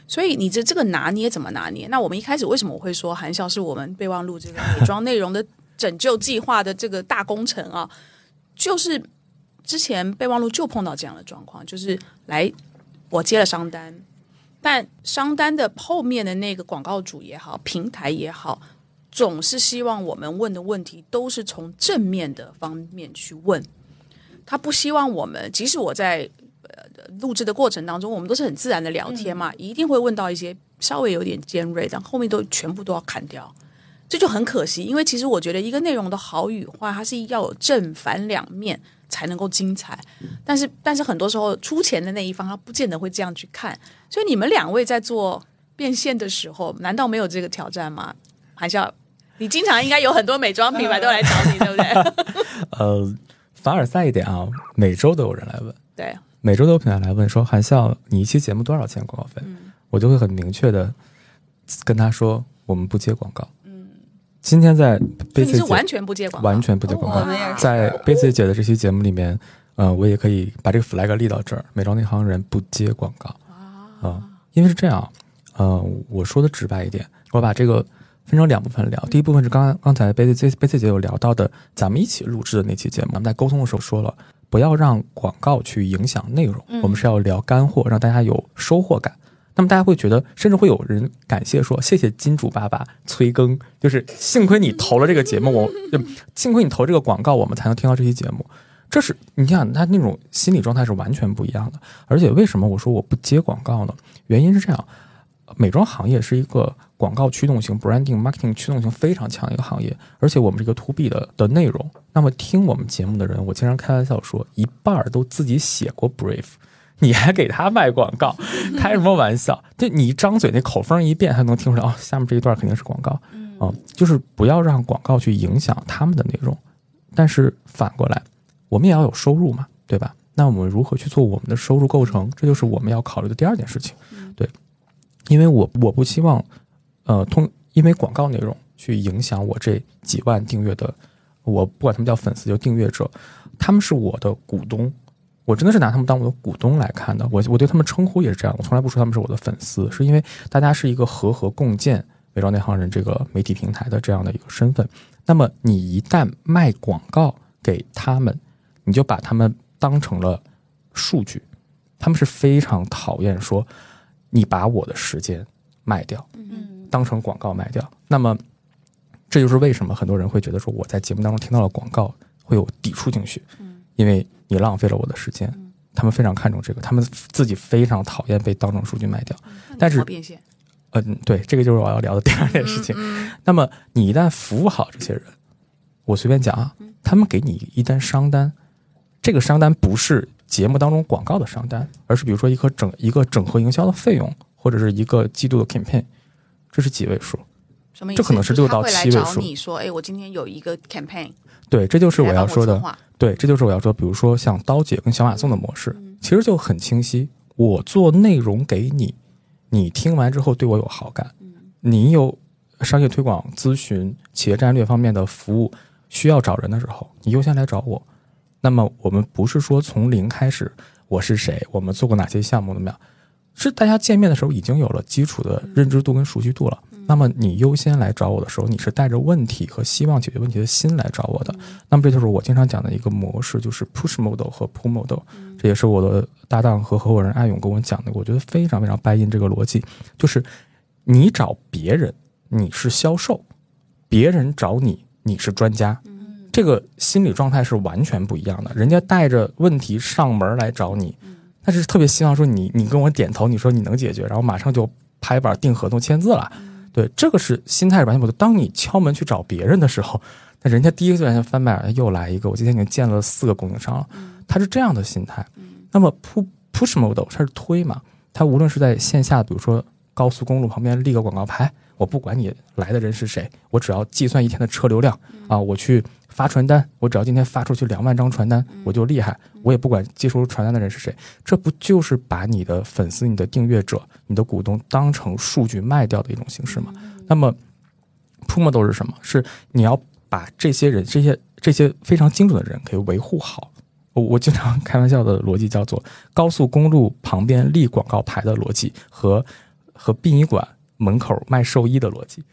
所以你这这个拿捏怎么拿捏？那我们一开始为什么我会说含笑是我们备忘录这个美妆内容的拯救计划的这个大工程啊？就是之前备忘录就碰到这样的状况，就是来我接了商单，但商单的后面的那个广告主也好，平台也好，总是希望我们问的问题都是从正面的方面去问，他不希望我们，即使我在呃录制的过程当中，我们都是很自然的聊天嘛，嗯、一定会问到一些稍微有点尖锐，但后面都全部都要砍掉，这就很可惜。因为其实我觉得一个内容的好与坏，它是要有正反两面才能够精彩，但是但是很多时候出钱的那一方他不见得会这样去看，所以你们两位在做变现的时候，难道没有这个挑战吗？含笑，你经常应该有很多美妆品牌都来找你，对不对？ 呃，凡尔赛一点啊，每周都有人来问， 对， 每周都有品牌来问说，含笑，你一期节目多少钱广告费？嗯、我就会很明确的跟他说，我们不接广告。今天在贝子姐，你是完全不接广告， 完全不接广告。 哦、 在贝子姐的这期节目里面，呃，我也可以把这个 flag 立到这儿，美妆内行人不接广告啊、呃，因为是这样，呃，我说的直白一点，我把这个分成两部分聊。第一部分是刚刚才贝子贝子姐有聊到的，咱们一起录制的那期节目，咱们在沟通的时候说了，不要让广告去影响内容，嗯、我们是要聊干货，让大家有收获感。那么大家会觉得，甚至会有人感谢说：“谢谢金主爸爸催更，就是幸亏你投了这个节目，我幸亏你投这个广告，我们才能听到这期节目。”这是你想，他那种心理状态是完全不一样的。而且为什么我说我不接广告呢？原因是这样，美妆行业是一个广告驱动型、branding marketing 驱动性非常强的一个行业，而且我们是一个 to B 的的内容。那么听我们节目的人，我经常开玩笑说，一半都自己写过 brief。你还给他卖广告，开什么玩笑？就你一张嘴，那口风一变，他能听出来哦，下面这一段肯定是广告。嗯、呃，就是不要让广告去影响他们的内容。但是反过来，我们也要有收入嘛，对吧？那我们如何去做我们的收入构成？这就是我们要考虑的第二件事情。对，因为我我不希望，呃，通因为广告内容去影响我这几万订阅的，我不管他们叫粉丝就订阅者，他们是我的股东。我真的是拿他们当我的股东来看的，我我对他们称呼也是这样，我从来不说他们是我的粉丝，是因为大家是一个和合共建美妆内行人这个媒体平台的这样的一个身份。那么你一旦卖广告给他们，你就把他们当成了数据，他们是非常讨厌说你把我的时间卖掉，当成广告卖掉。那么这就是为什么很多人会觉得说我在节目当中听到了广告会有抵触情绪，因为你浪费了我的时间，他们非常看重这个，他们自己非常讨厌被当成数据卖掉。 嗯、 但是， 嗯、 呃，对，这个就是我要聊的第二件事情。嗯嗯、那么，你一旦服务好这些人，我随便讲啊，他们给你一单商单，这个商单不是节目当中广告的商单，而是比如说一个整一个整合营销的费用，或者是一个季度的 campaign， 这是几位数？ 什么意思？ 这可能是六到七位数。 他会来找你说，哎，我今天有一个 campaign。 对，这就是我要说的。对，这就是我要说，比如说像刀姐跟小马送的模式，嗯、其实就很清晰。我做内容给你，你听完之后对我有好感，嗯、你有商业推广、咨询、企业战略方面的服务需要找人的时候，你优先来找我。那么我们不是说从零开始，我是谁，我们做过哪些项目怎么样，是大家见面的时候已经有了基础的认知度跟熟悉度了。嗯、那么你优先来找我的时候，你是带着问题和希望解决问题的心来找我的。嗯、那么这就是我经常讲的一个模式，就是 push model 和 pull model。嗯、这也是我的搭档和合伙人艾勇跟我讲的，我觉得非常非常 buy in 这个逻辑，就是你找别人你是销售，别人找你你是专家。嗯、这个心理状态是完全不一样的。人家带着问题上门来找你，嗯、但是特别希望说你你跟我点头，你说你能解决，然后马上就拍板订合同签字了。嗯、对，这个是心态是完全不同。当你敲门去找别人的时候，那人家第一个就在翻白眼，又来一个，我今天已经见了四个供应商了。嗯、他是这样的心态。嗯、那么 push model 它是推嘛，它无论是在线下，比如说高速公路旁边立个广告牌，我不管你来的人是谁，我只要计算一天的车流量。嗯、啊，我去发传单，我只要今天发出去两万张传单，我就厉害。我也不管接收传单的人是谁，这不就是把你的粉丝、你的订阅者、你的股东当成数据卖掉的一种形式吗？那么 pull model 是什么？是你要把这些人、这些这些非常精准的人给维护好。我我经常开玩笑的逻辑叫做高速公路旁边立广告牌的逻辑和和殡仪馆门口卖寿衣的逻辑。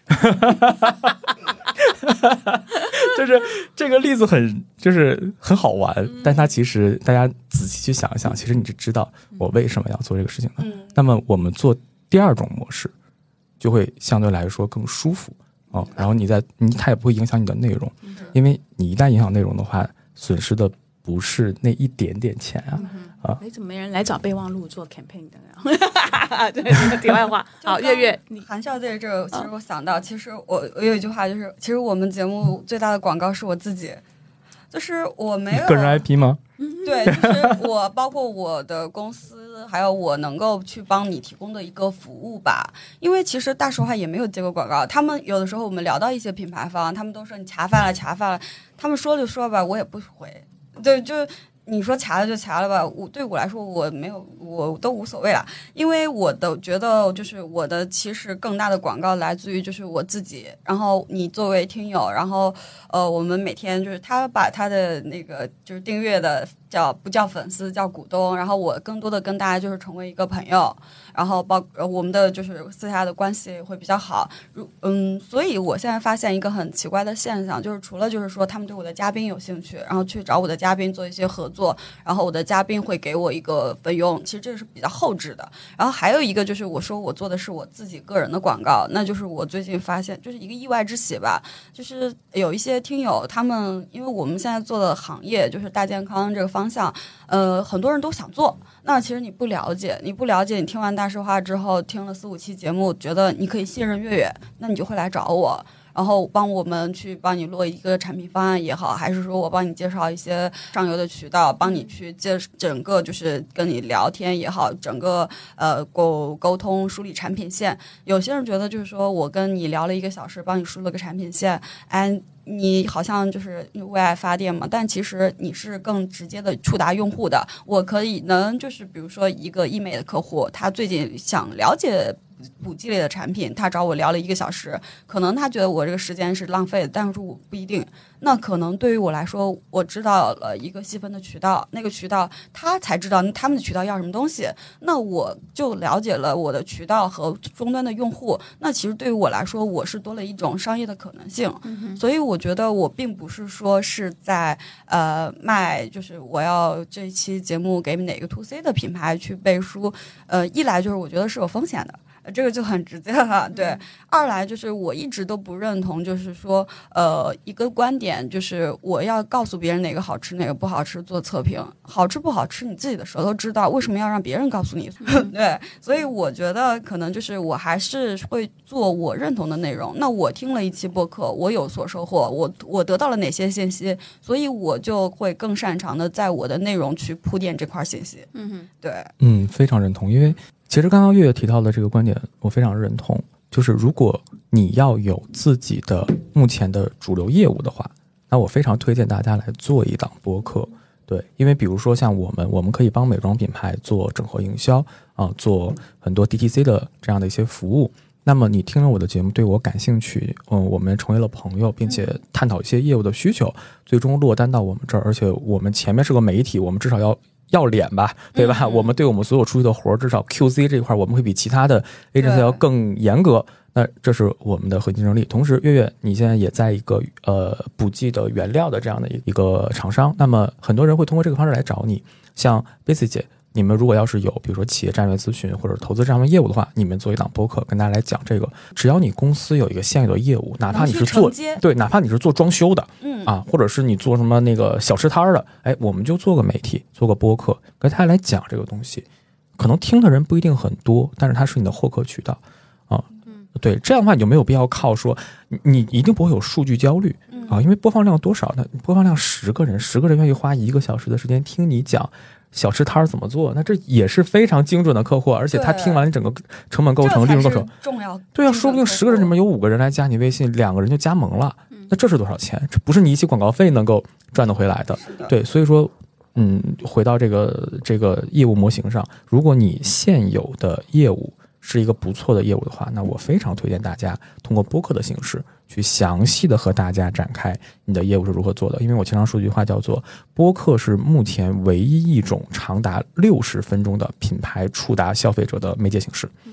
就是这个例子很就是很好玩，但它其实大家仔细去想一想，其实你是知道我为什么要做这个事情的。嗯、那么我们做第二种模式，就会相对来说更舒服哦。然后你在你它也不会影响你的内容，因为你一旦影响内容的话，损失的不是那一点点钱啊。嗯啊，哎，怎么没人来找备忘录做 campaign 的呢？对，这个题外话。好，月月，你含笑对这个，其实我想到，其实我我有一句话就是，其实我们节目最大的广告是我自己，就是我没有个人 I P 吗？ 对，就是我，包括我的公司，还有我能够去帮你提供的一个服务吧。因为其实大实话也没有接过广告，他们有的时候我们聊到一些品牌方，他们都说你恰饭了，恰饭了，他们说就说吧，我也不回，对，就。你说掐了就掐了吧，我对我来说我没有，我都无所谓啦，因为我的觉得就是我的其实更大的广告来自于就是我自己，然后你作为听友，然后呃我们每天就是他把他的那个就是订阅的叫不叫粉丝叫股东，然后我更多的跟大家就是成为一个朋友，然后包我们的就是私下的关系会比较好，嗯，所以我现在发现一个很奇怪的现象，就是除了就是说他们对我的嘉宾有兴趣，然后去找我的嘉宾做一些合作。做，然后我的嘉宾会给我一个费用，其实这是比较后置的。然后还有一个就是我说我做的是我自己个人的广告，那就是我最近发现就是一个意外之喜吧，就是有一些听友他们，因为我们现在做的行业就是大健康这个方向，呃，很多人都想做。那其实你不了解，你不了解，你听完大实话之后，听了四五期节目，觉得你可以信任月月，那你就会来找我。然后帮我们去帮你落一个产品方案也好，还是说我帮你介绍一些上游的渠道，帮你去介整个就是跟你聊天也好，整个呃沟沟通梳理产品线。有些人觉得就是说我跟你聊了一个小时，帮你梳了个产品线，哎，你好像就是为爱发电嘛，但其实你是更直接的触达用户的。我可以能就是比如说一个医美的客户，他最近想了解补剂类的产品，他找我聊了一个小时，可能他觉得我这个时间是浪费的，但是我不一定。那可能对于我来说，我知道了一个细分的渠道，那个渠道他才知道他们的渠道要什么东西，那我就了解了我的渠道和终端的用户，那其实对于我来说，我是多了一种商业的可能性。嗯、所以我觉得我并不是说是在呃卖，就是我要这期节目给哪个 to C 的品牌去背书，呃，一来就是我觉得是有风险的。这个就很直接了，对。二来就是我一直都不认同，就是说，呃，一个观点就是我要告诉别人哪个好吃哪个不好吃做测评，好吃不好吃你自己的舌头知道，为什么要让别人告诉你？对，所以我觉得可能就是我还是会做我认同的内容。那我听了一期播客，我有所收获，我我得到了哪些信息，所以我就会更擅长的在我的内容去铺垫这块信息。嗯哼，对， 嗯，非常认同，因为。其实刚刚月月提到的这个观点我非常认同，就是如果你要有自己的目前的主流业务的话，那我非常推荐大家来做一档播客。对，因为比如说像我们我们可以帮美妆品牌做整合营销啊、呃，做很多 D T C 的这样的一些服务，那么你听了我的节目对我感兴趣，嗯，我们成为了朋友，并且探讨一些业务的需求，最终落单到我们这儿，而且我们前面是个媒体，我们至少要要脸吧，对吧？嗯、我们对我们所有出去的活儿，至少 Q C 这一块，我们会比其他的 agency 要更严格。那这是我们的核心竞争力。同时，月月你现在也在一个呃补剂的原料的这样的一个厂商，那么很多人会通过这个方式来找你。像 Basic 姐，你们如果要是有比如说企业战略咨询或者投资这样的业务的话，你们做一档播客跟大家来讲这个。只要你公司有一个现有的业务，哪怕你是做对，哪怕你是做装修的，嗯啊，或者是你做什么那个小吃摊的，哎，我们就做个媒体，做个播客，跟大家来讲这个东西。可能听的人不一定很多，但是它是你的获客渠道啊。对，这样的话你就没有必要靠说你你一定不会有数据焦虑啊，因为播放量多少呢？播放量十个人，十个人愿意花一个小时的时间听你讲小吃摊怎么做，那这也是非常精准的客户，而且他听完整个成本构成、利润构成， 重要。 对啊，说不定十个人里面有五个人来加你微信，两个人就加盟了，那这是多少钱？这不是你一期广告费能够赚得回来的。对，所以说，嗯，回到这个这个业务模型上，如果你现有的业务是一个不错的业务的话，那我非常推荐大家通过播客的形式去详细的和大家展开你的业务是如何做的。因为我经常说一句话叫做，播客是目前唯一一种长达六十分钟的品牌触达消费者的媒介形式。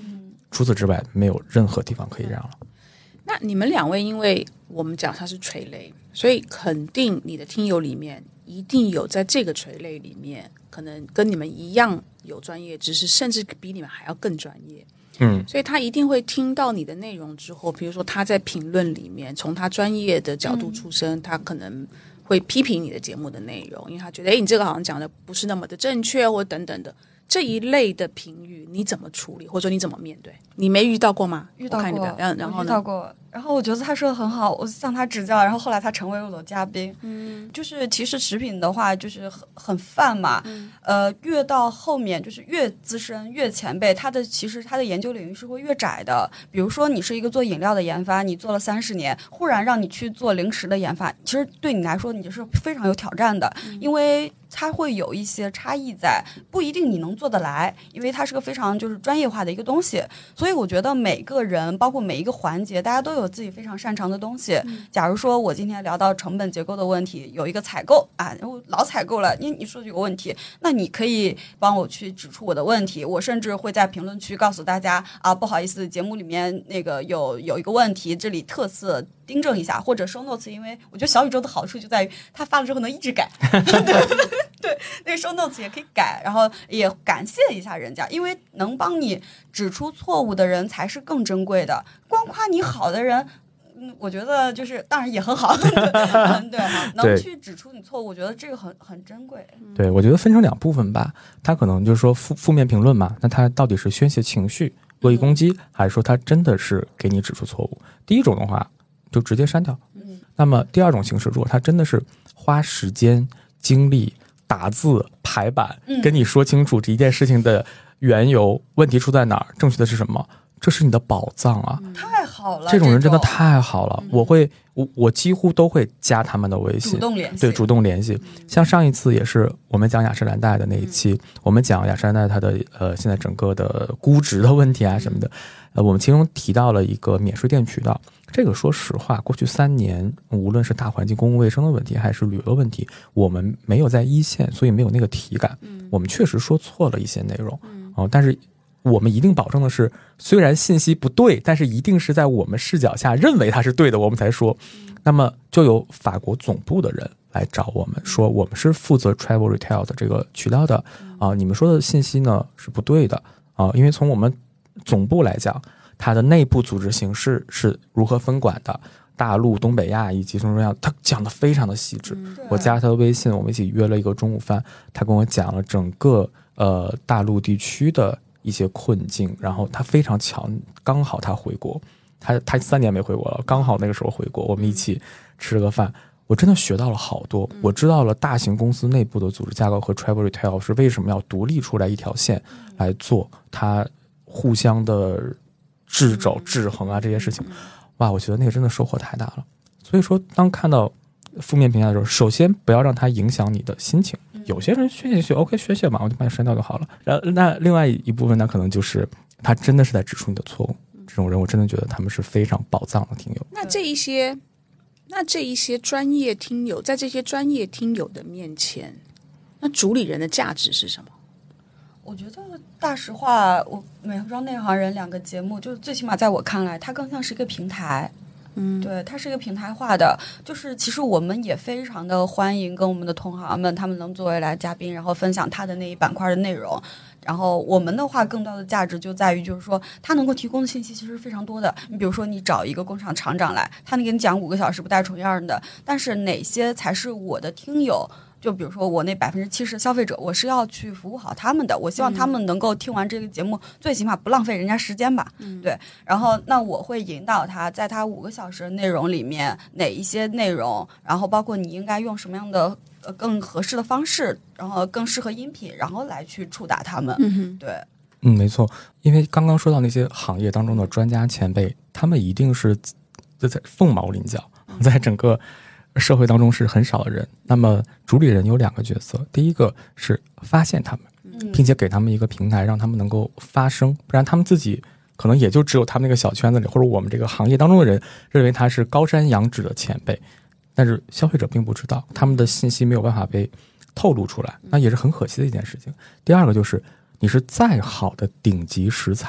除此之外没有任何地方可以让了。 那你们两位，因为我们讲它是垂类，所以肯定你的听友里面一定有在这个垂类里面可能跟你们一样有专业知识，甚至比你们还要更专业。 嗯， 所以他一定会听到你的内容之后，比如说他在评论里面从他专业的角度出身、嗯、他可能会批评你的节目的内容，因为他觉得哎，你这个好像讲的不是那么的正确或等等的这一类的评语你怎么处理，或者说你怎么面对？你没遇到过吗？ 遇到过， 然后呢？ 遇到过。然后我觉得他说的很好，我向他指教，然后后来他成为我的嘉宾。嗯，就是其实食品的话，就是很很泛嘛。嗯，呃，越到后面就是越资深、越前辈，他的其实他的研究领域是会越窄的。比如说，你是一个做饮料的研发，你做了三十年，忽然让你去做零食的研发，其实对你来说你就是非常有挑战的，嗯、因为它会有一些差异在，不一定你能做得来，因为它是个非常就是专业化的一个东西。所以我觉得每个人，包括每一个环节，大家都有自己非常擅长的东西。嗯、假如说我今天聊到成本结构的问题，有一个采购啊，我老采购了，你你说有个问题，那你可以帮我去指出我的问题。我甚至会在评论区告诉大家啊，不好意思，节目里面那个有有一个问题，这里特色订正一下，或者show notes，因为我觉得小宇宙的好处就在于它发了之后能一直改。对，那个show notes 也可以改，然后也感谢一下人家，因为能帮你指出错误的人才是更珍贵的。光夸你好的人，嗯，我觉得就是当然也很好，嗯，对哈，能去指出你错误，我觉得这个很很珍贵。 对，我觉得分成两部分吧，他可能就是说负负面评论嘛，那他到底是宣泄情绪、恶意攻击，还是说他真的是给你指出错误？第一种的话，就直接删掉。嗯，那么第二种形式，如果他真的是花时间、精力。打字排版跟你说清楚这一件事情的缘由、问题出在哪儿，正确的是什么，这是你的宝藏啊！ 太好了， 这种人真的太好了。我会，我我几乎都会加他们的微信， 主动联系， 对，主动联系。像上一次也是我们讲雅诗兰黛的那一期，嗯、我们讲雅诗兰黛它的呃现在整个的估值的问题啊什么的，呃，我们其中提到了一个免税店渠道。这个说实话，过去三年，无论是大环境、公共卫生的问题，还是旅游问题，我们没有在一线，所以没有那个体感。嗯、我们确实说错了一些内容，嗯呃、但是我们一定保证的是，虽然信息不对，但是一定是在我们视角下认为它是对的，我们才说。嗯、那么就有法国总部的人来找我们说，我们是负责 travel retail 的这个渠道的啊、呃，你们说的信息呢是不对的啊、呃，因为从我们总部来讲。它的内部组织形式是如何分管的？大陆、东北亚以及中中亚，他讲的非常的细致。嗯、我加他的微信，我们一起约了一个中午饭，他跟我讲了整个呃大陆地区的一些困境，然后他非常巧，刚好他回国，他他三年没回国了，刚好那个时候回国，我们一起吃了个饭，我真的学到了好多，我知道了大型公司内部的组织架构和 travel retail 是为什么要独立出来一条线来做，它互相的。制肘制衡啊，这些事情，哇，我觉得那个真的收获太大了。所以说，当看到负面评价的时候，首先不要让它影响你的心情。有些人宣泄就 OK， 宣泄嘛，我就把你删掉就好了。然后，那另外一部分呢，可能就是他真的是在指出你的错误。这种人，我真的觉得他们是非常宝藏的听友。 那这一些，那这一些专业听友，在这些专业听友的面前，那主理人的价值是什么？ 我觉得大实话，我美妆内行人两个节目，就是最起码在我看来，它更像是一个平台。嗯，对，它是一个平台化的，就是其实我们也非常的欢迎跟我们的同行们，他们能作为来嘉宾，然后分享他的那一板块的内容。然后我们的话，更多的价值就在于，就是说他能够提供的信息其实是非常多的。你比如说，你找一个工厂厂长来，他能给你讲五个小时不带重样的，但是哪些才是我的听友？就比如说我那百分之七十消费者，我是要去服务好他们的，我希望他们能够听完这个节目，嗯、最起码不浪费人家时间吧。嗯，对。然后那我会引导他，在他五个小时的内容里面，哪一些内容，然后包括你应该用什么样的呃更合适的方式，然后更适合音频，然后来去触达他们。嗯，对。 嗯，没错。因为刚刚说到那些行业当中的专家前辈，他们一定是在凤毛麟角，在整个。社会当中是很少的人，那么主理人有两个角色，第一个是发现他们，并且给他们一个平台，让他们能够发声，不然他们自己可能也就只有他们那个小圈子里，或者我们这个行业当中的人认为他是高山仰止的前辈，但是消费者并不知道，他们的信息没有办法被透露出来，那也是很可惜的一件事情。第二个就是你是再好的顶级食材，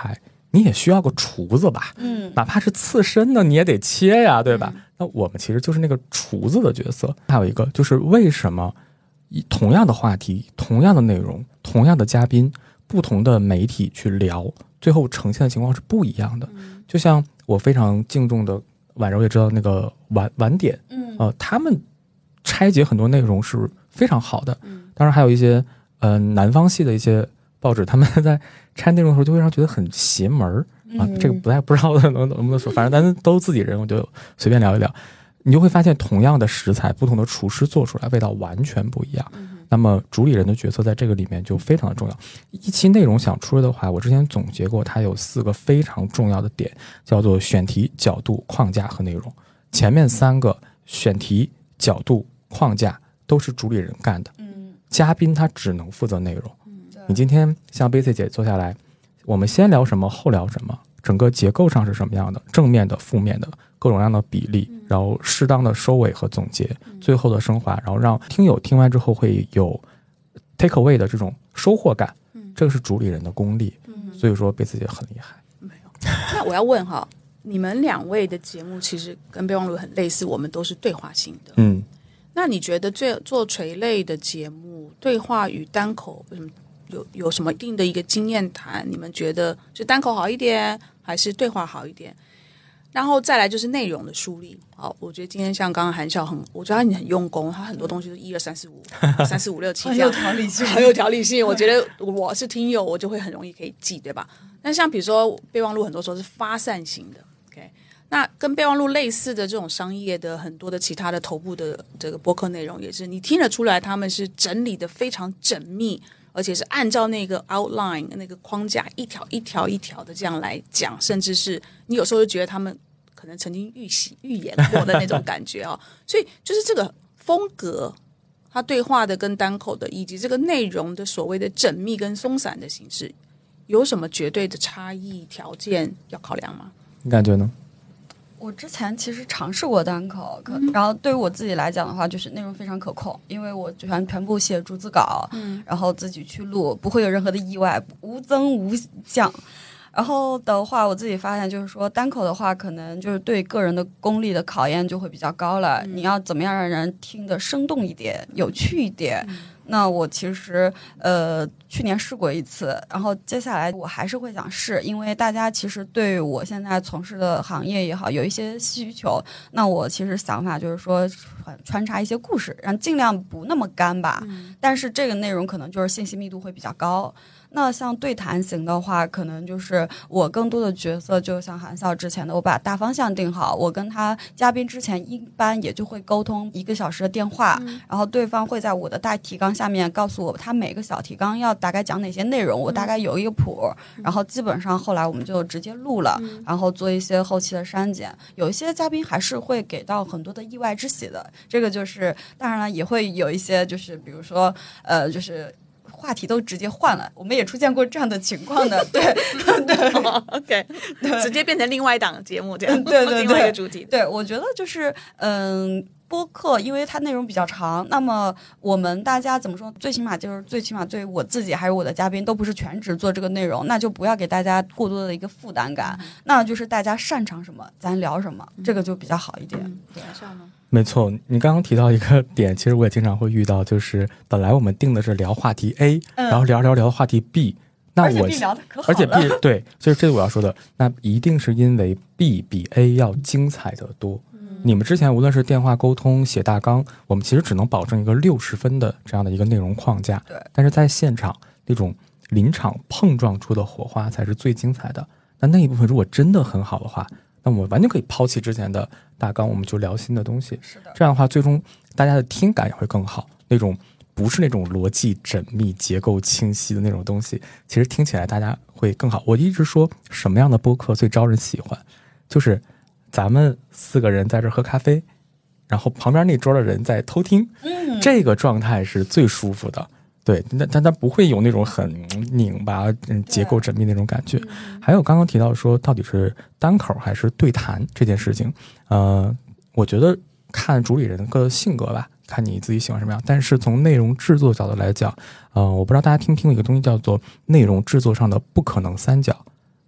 你也需要个厨子吧， 嗯， 哪怕是刺身的你也得切呀，对吧？嗯、那我们其实就是那个厨子的角色。还有一个就是为什么同样的话题、同样的内容、同样的嘉宾，不同的媒体去聊，最后呈现的情况是不一样的。嗯、就像我非常敬重的婉柔也知道那个晚晚点，嗯，呃，他们拆解很多内容是非常好的。嗯，当然还有一些呃南方系的一些报纸，他们在拆内容的时候就会让觉得很邪门啊，嗯、这个不太不知道能能不能说，反正咱都自己人，我就随便聊一聊。你就会发现，同样的食材，不同的厨师做出来味道完全不一样。嗯、那么主理人的角色在这个里面就非常的重要。一期内容想出来的话，我之前总结过，它有四个非常重要的点，叫做选题、角度、框架和内容。前面三个选题、角度、框架都是主理人干的，嗯，嘉宾他只能负责内容。嗯、你今天像贝斯姐坐下来，我们先聊什么，后聊什么，整个结构上是什么样的，正面的、负面的。各种各样的比例，然后适当的收尾和总结，最后的升华，然后让听友听完之后会有 take away 的这种收获感，这个是主理人的功力。所以说贝斯姐很厉害。 没有，那我要问哈，你们两位的节目其实跟备忘录很类似，我们都是对话性的。嗯，那你觉得最做垂类的节目，对话与单口为什么有有什么一定的一个经验谈？你们觉得是单口好一点，还是对话好一点？然后再来就是内容的梳理。好，我觉得今天像刚刚韩笑很，我觉得他很用功，他很多东西都一二三四五，三四五六七这样， 很有条理性， 很有条理性。我觉得我是听友，我就会很容易可以记，对吧？那像比如说备忘录，很多时候是发散型的 ，OK？ 那跟备忘录类似的这种商业的很多的其他的头部的这个播客内容，也是你听得出来，他们是整理的非常缜密。而且是按照那个 outline 那个框架一条一条一条的这样来讲，甚至是你有时候就觉得他们可能曾经预习预演过的那种感觉啊、哦。所以就是这个风格，他对话的跟单口的，以及这个内容的所谓的缜密跟松散的形式，有什么绝对的差异条件要考量吗？ 你感觉呢？ 我之前其实尝试过单口，可然后对于我自己来讲的话，就是内容非常可控，因为我全全部写逐字稿，嗯，然后自己去录，不会有任何的意外，无增无降。然后的话，我自己发现就是说，单口的话，可能就是对个人的功力的考验就会比较高了。嗯、你要怎么样让人听得生动一点、有趣一点？嗯、那我其实呃去年试过一次，然后接下来我还是会想试，因为大家其实对我现在从事的行业也好有一些需求。那我其实想法就是说穿插一些故事，让尽量不那么干吧。嗯、但是这个内容可能就是信息密度会比较高。那像对谈型的话，可能就是我更多的角色就像韩笑之前的，我把大方向定好，我跟他嘉宾之前一般也就会沟通一个小时的电话，嗯、然后对方会在我的大提纲下面告诉我他每个小提纲要大概讲哪些内容，我大概有一个谱，嗯、然后基本上后来我们就直接录了，嗯、然后做一些后期的删减。有一些嘉宾还是会给到很多的意外之喜的，这个就是当然了也会有一些就是比如说呃就是话题都直接换了，我们也出现过这样的情况的，对对、 哦、，OK， 对，直接变成另外一档节目这样， 对对对， 另外一个主题。 对，我觉得就是嗯。播客因为它内容比较长，那么我们大家怎么说？最起码就是最起码对我自己还是我的嘉宾都不是全职做这个内容，那就不要给大家过多的一个负担感。嗯、那就是大家擅长什么，咱聊什么，嗯、这个就比较好一点。 嗯、对，这样呢？ 没错，你刚刚提到一个点，其实我也经常会遇到，就是本来我们定的是聊话题 A，、嗯、然后聊聊聊话题 B， 那我而且 B 聊的可好了， 而且 B 对，就是这是我要说的，那一定是因为 B 比 A 要精彩得多。你们之前无论是电话沟通、写大纲，我们其实只能保证一个六十分的这样的一个内容框架。 对， 但是在现场那种临场碰撞出的火花才是最精彩的。那那一部分如果真的很好的话，那我们完全可以抛弃之前的大纲，我们就聊新的东西。 是的， 这样的话，最终大家的听感也会更好。那种不是那种逻辑缜密、结构清晰的那种东西，其实听起来大家会更好。我一直说，什么样的播客最招人喜欢，就是咱们四个人在这喝咖啡，然后旁边那桌的人在偷听，嗯、这个状态是最舒服的。对，但但它不会有那种很拧巴、嗯、结构缜密那种感觉。还有刚刚提到说，到底是单口还是对谈这件事情，呃，我觉得看主理人的性格吧，看你自己喜欢什么样。但是从内容制作角度来讲，呃，我不知道大家听没听过一个东西叫做内容制作上的不可能三角。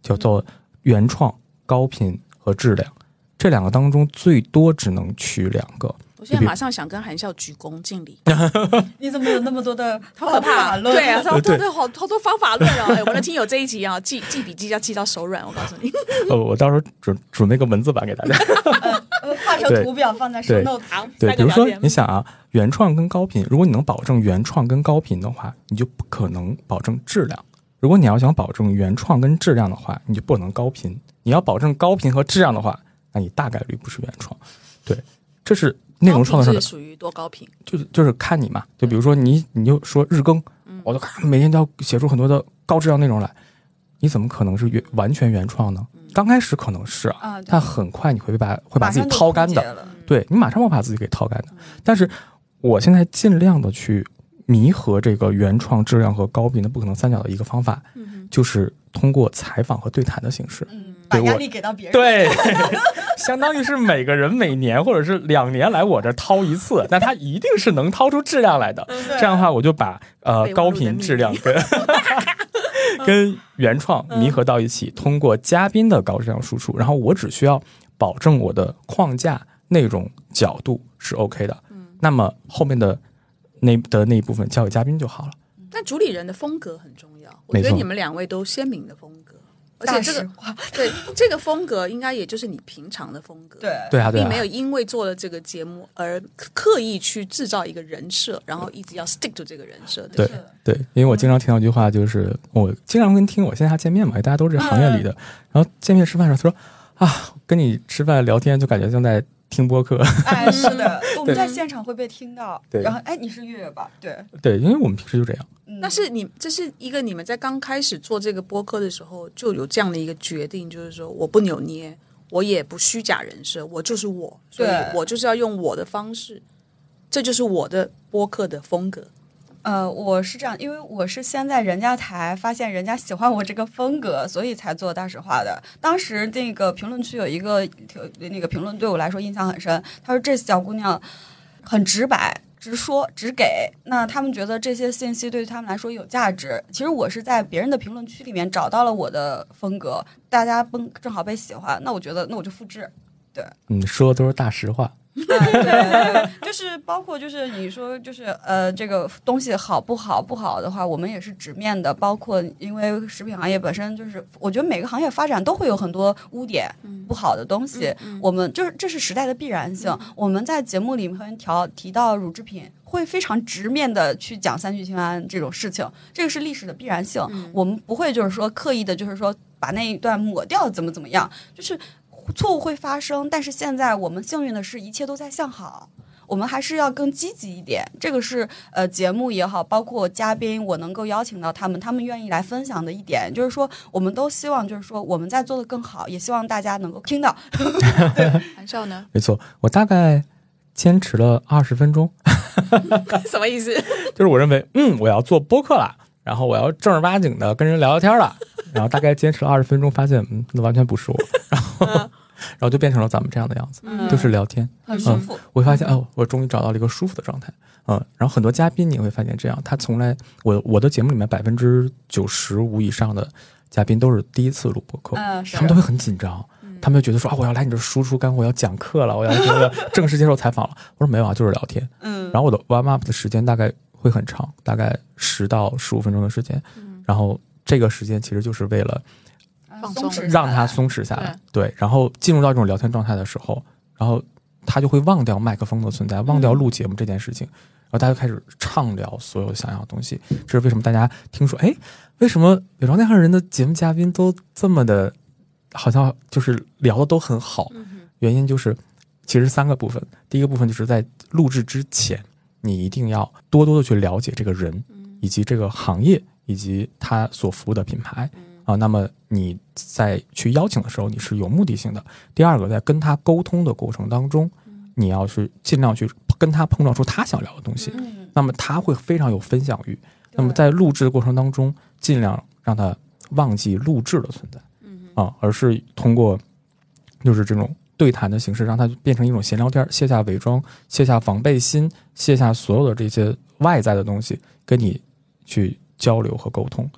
叫做原创、高频和质量，这两个当中最多只能取两个。 我现在马上想跟韩笑鞠躬敬礼。 你怎么有那么多的方法论？对啊，他对对好好多方法论哦。我们的听友这一集啊，记记笔记要记到手软，我告诉你。 呃，我到时候准准备个文字版给大家， 呃，画成图表放在 show notes。 好， 对，比如说你想啊，原创跟高频，如果你能保证原创跟高频的话，你就不可能保证质量。如果你要想保证原创跟质量的话，你就不能高频。你要保证高频和质量的话，那你大概率不是原创。对，这是内容创造上的。 是属于多高频？ 就是就是看你嘛，就比如说你你就说日更，嗯、我都看每天都要写出很多的高质量内容来，你怎么可能是原完全原创呢？嗯、刚开始可能是啊，啊但很快你会把会把自己掏干的，对你马上会把自己给掏干的。嗯、但是我现在尽量的去弥合这个原创、质量和高频的不可能三角的一个方法，嗯、就是通过采访和对谈的形式， 嗯、把压力给到别人， 对。相当于是每个人每年或者是两年来我这掏一次，但他一定是能掏出质量来的。这样的话，我就把呃高频质量跟跟原创弥合到一起，通过嘉宾的高质量输出，然后我只需要保证我的框架、内容、角度是 OK 的。那么后面的那的那一部分交给嘉宾就好了。 但主理人的风格很重要，我觉得你们两位都鲜明的风格。而且这个对这个风格应该也就是你平常的风格， 对对啊， 并没有因为做了这个节目而刻意去制造一个人设，然后一直要 stick to 这个人设。 对对，因为我经常听到一句话，就是我经常跟听我线下见面嘛，大家都是行业里的，嗯、然后见面吃饭的时候，他说啊，跟你吃饭聊天就感觉像在听播客。 哎，是的，我们在现场会被听到。对，然后哎，你是月月吧？对对，因为我们平时就这样。 但是你这是一个你们在刚开始做这个播客的时候就有这样的一个决定，就是说我不扭捏，我也不虚假人设，我就是我，所以我就是要用我的方式，这就是我的播客的风格。 呃，我是这样，因为我是先在人家台发现人家喜欢我这个风格，所以才做大实话的。当时那个评论区有一个那个评论对我来说印象很深，他说这小姑娘很直白。直说直给，那他们觉得这些信息对他们来说有价值。其实我是在别人的评论区里面找到了我的风格，大家正好被喜欢，那我觉得那我就复制。对， 嗯，说的都是大实话。 哎、对, 对，就是包括就是你说就是呃这个东西好不好不好的话，我们也是直面的。包括因为食品行业本身就是，我觉得每个行业发展都会有很多污点、嗯、不好的东西。嗯嗯、我们就是这是时代的必然性。嗯、我们在节目里面调提到乳制品，会非常直面的去讲三聚氰胺这种事情，这个是历史的必然性。嗯、我们不会就是说刻意的，就是说把那一段抹掉，怎么怎么样，就是。错误会发生，但是现在我们幸运的是，一切都在向好。我们还是要更积极一点。这个是呃节目也好，包括嘉宾，我能够邀请到他们，他们愿意来分享的一点，就是说我们都希望，就是说我们在做的更好，也希望大家能够听到。 韩少呢？ 没错，我大概坚持了二十分钟。 什么意思？ 就是我认为，嗯，我要做播客了，然后我要正儿八经的跟人聊聊天了。然后大概坚持了二十分钟，发现嗯，那完全不是我，然后、嗯、然后就变成了咱们这样的样子，嗯、就是聊天， 很舒服。 嗯、我会发现哦，我终于找到了一个舒服的状态，嗯。然后很多嘉宾你会发现这样，他从来我我的节目里面百分之九十五以上的嘉宾都是第一次录播客， 嗯、 他们都会很紧张，嗯、他们就觉得说啊，我要来你这输出干货，我要讲课了，我要这个正式接受采访了。我说没有啊，就是聊天。嗯。然后我的 warm up 的时间大概会很长，大概十到十五分钟的时间，嗯、然后这个时间其实就是为了。让他松弛下来，对，然后进入到这种聊天状态的时候，然后他就会忘掉麦克风的存在，忘掉录节目这件事情，然后大家就开始畅聊所有想要的东西。这是为什么大家听说，哎，为什么伪装内行人的节目嘉宾都这么的，好像就是聊的都很好？原因就是其实三个部分，第一个部分就是在录制之前，你一定要多多的去了解这个人，以及这个行业，以及他所服务的品牌。啊，那么你在去邀请的时候，你是有目的性的。第二个，在跟他沟通的过程当中，你要去尽量去跟他碰撞出他想聊的东西，嗯、那么他会非常有分享欲。那么在录制的过程当中，尽量让他忘记录制的存在，嗯、啊，而是通过就是这种对谈的形式，让它变成一种闲聊天，卸下伪装，卸下防备心，卸下所有的这些外在的东西，跟你去交流和沟通。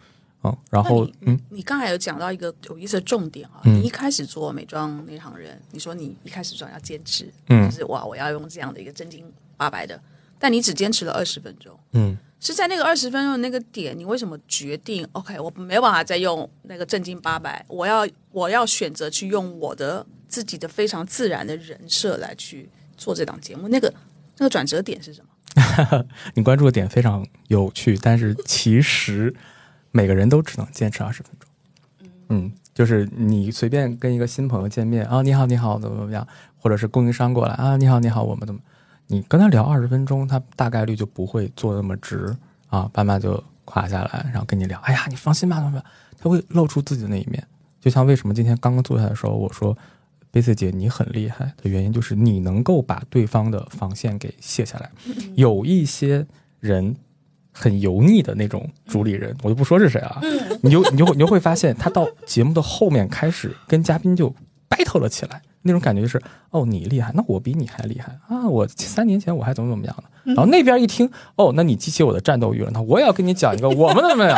嗯，然后你嗯， 你刚才有讲到一个有意思的重点啊， 嗯你一开始做美妆那行人，你说你一开始说要坚持， 嗯就是哇，我要用这样的一个正经八百的，但你只坚持了二十分钟， 嗯， 是在那个二十分钟的那个点，你为什么决定 OK， 我没有办法再用那个正经八百，我要我要选择去用我的自己的非常自然的人设来去做这档节目，那个那个转折点是什么？ 你关注的点非常有趣，但是其实每个人都只能坚持二十分钟。嗯，就是你随便跟一个新朋友见面啊，你好，你好，怎么怎么样，或者是供应商过来啊，你好，你好，我们怎么，你跟他聊二十分钟，他大概率就不会做那么直啊，慢慢就垮下来，然后跟你聊，哎呀，你放心吧，怎么怎么样，他会露出自己的那一面。就像为什么今天刚刚坐下来的时候，我说贝斯姐你很厉害的原因，就是你能够把对方的防线给卸下来。有一些人很油腻的那种主理人，我就不说是谁啊，你就你就你就会发现，他到节目的后面开始跟嘉宾就 battle 了起来，那种感觉就是哦你厉害，那我比你还厉害啊，我三年前我还怎么怎么样呢？然后那边一听哦，那你激起我的战斗欲了，那我也要跟你讲一个我们怎么样。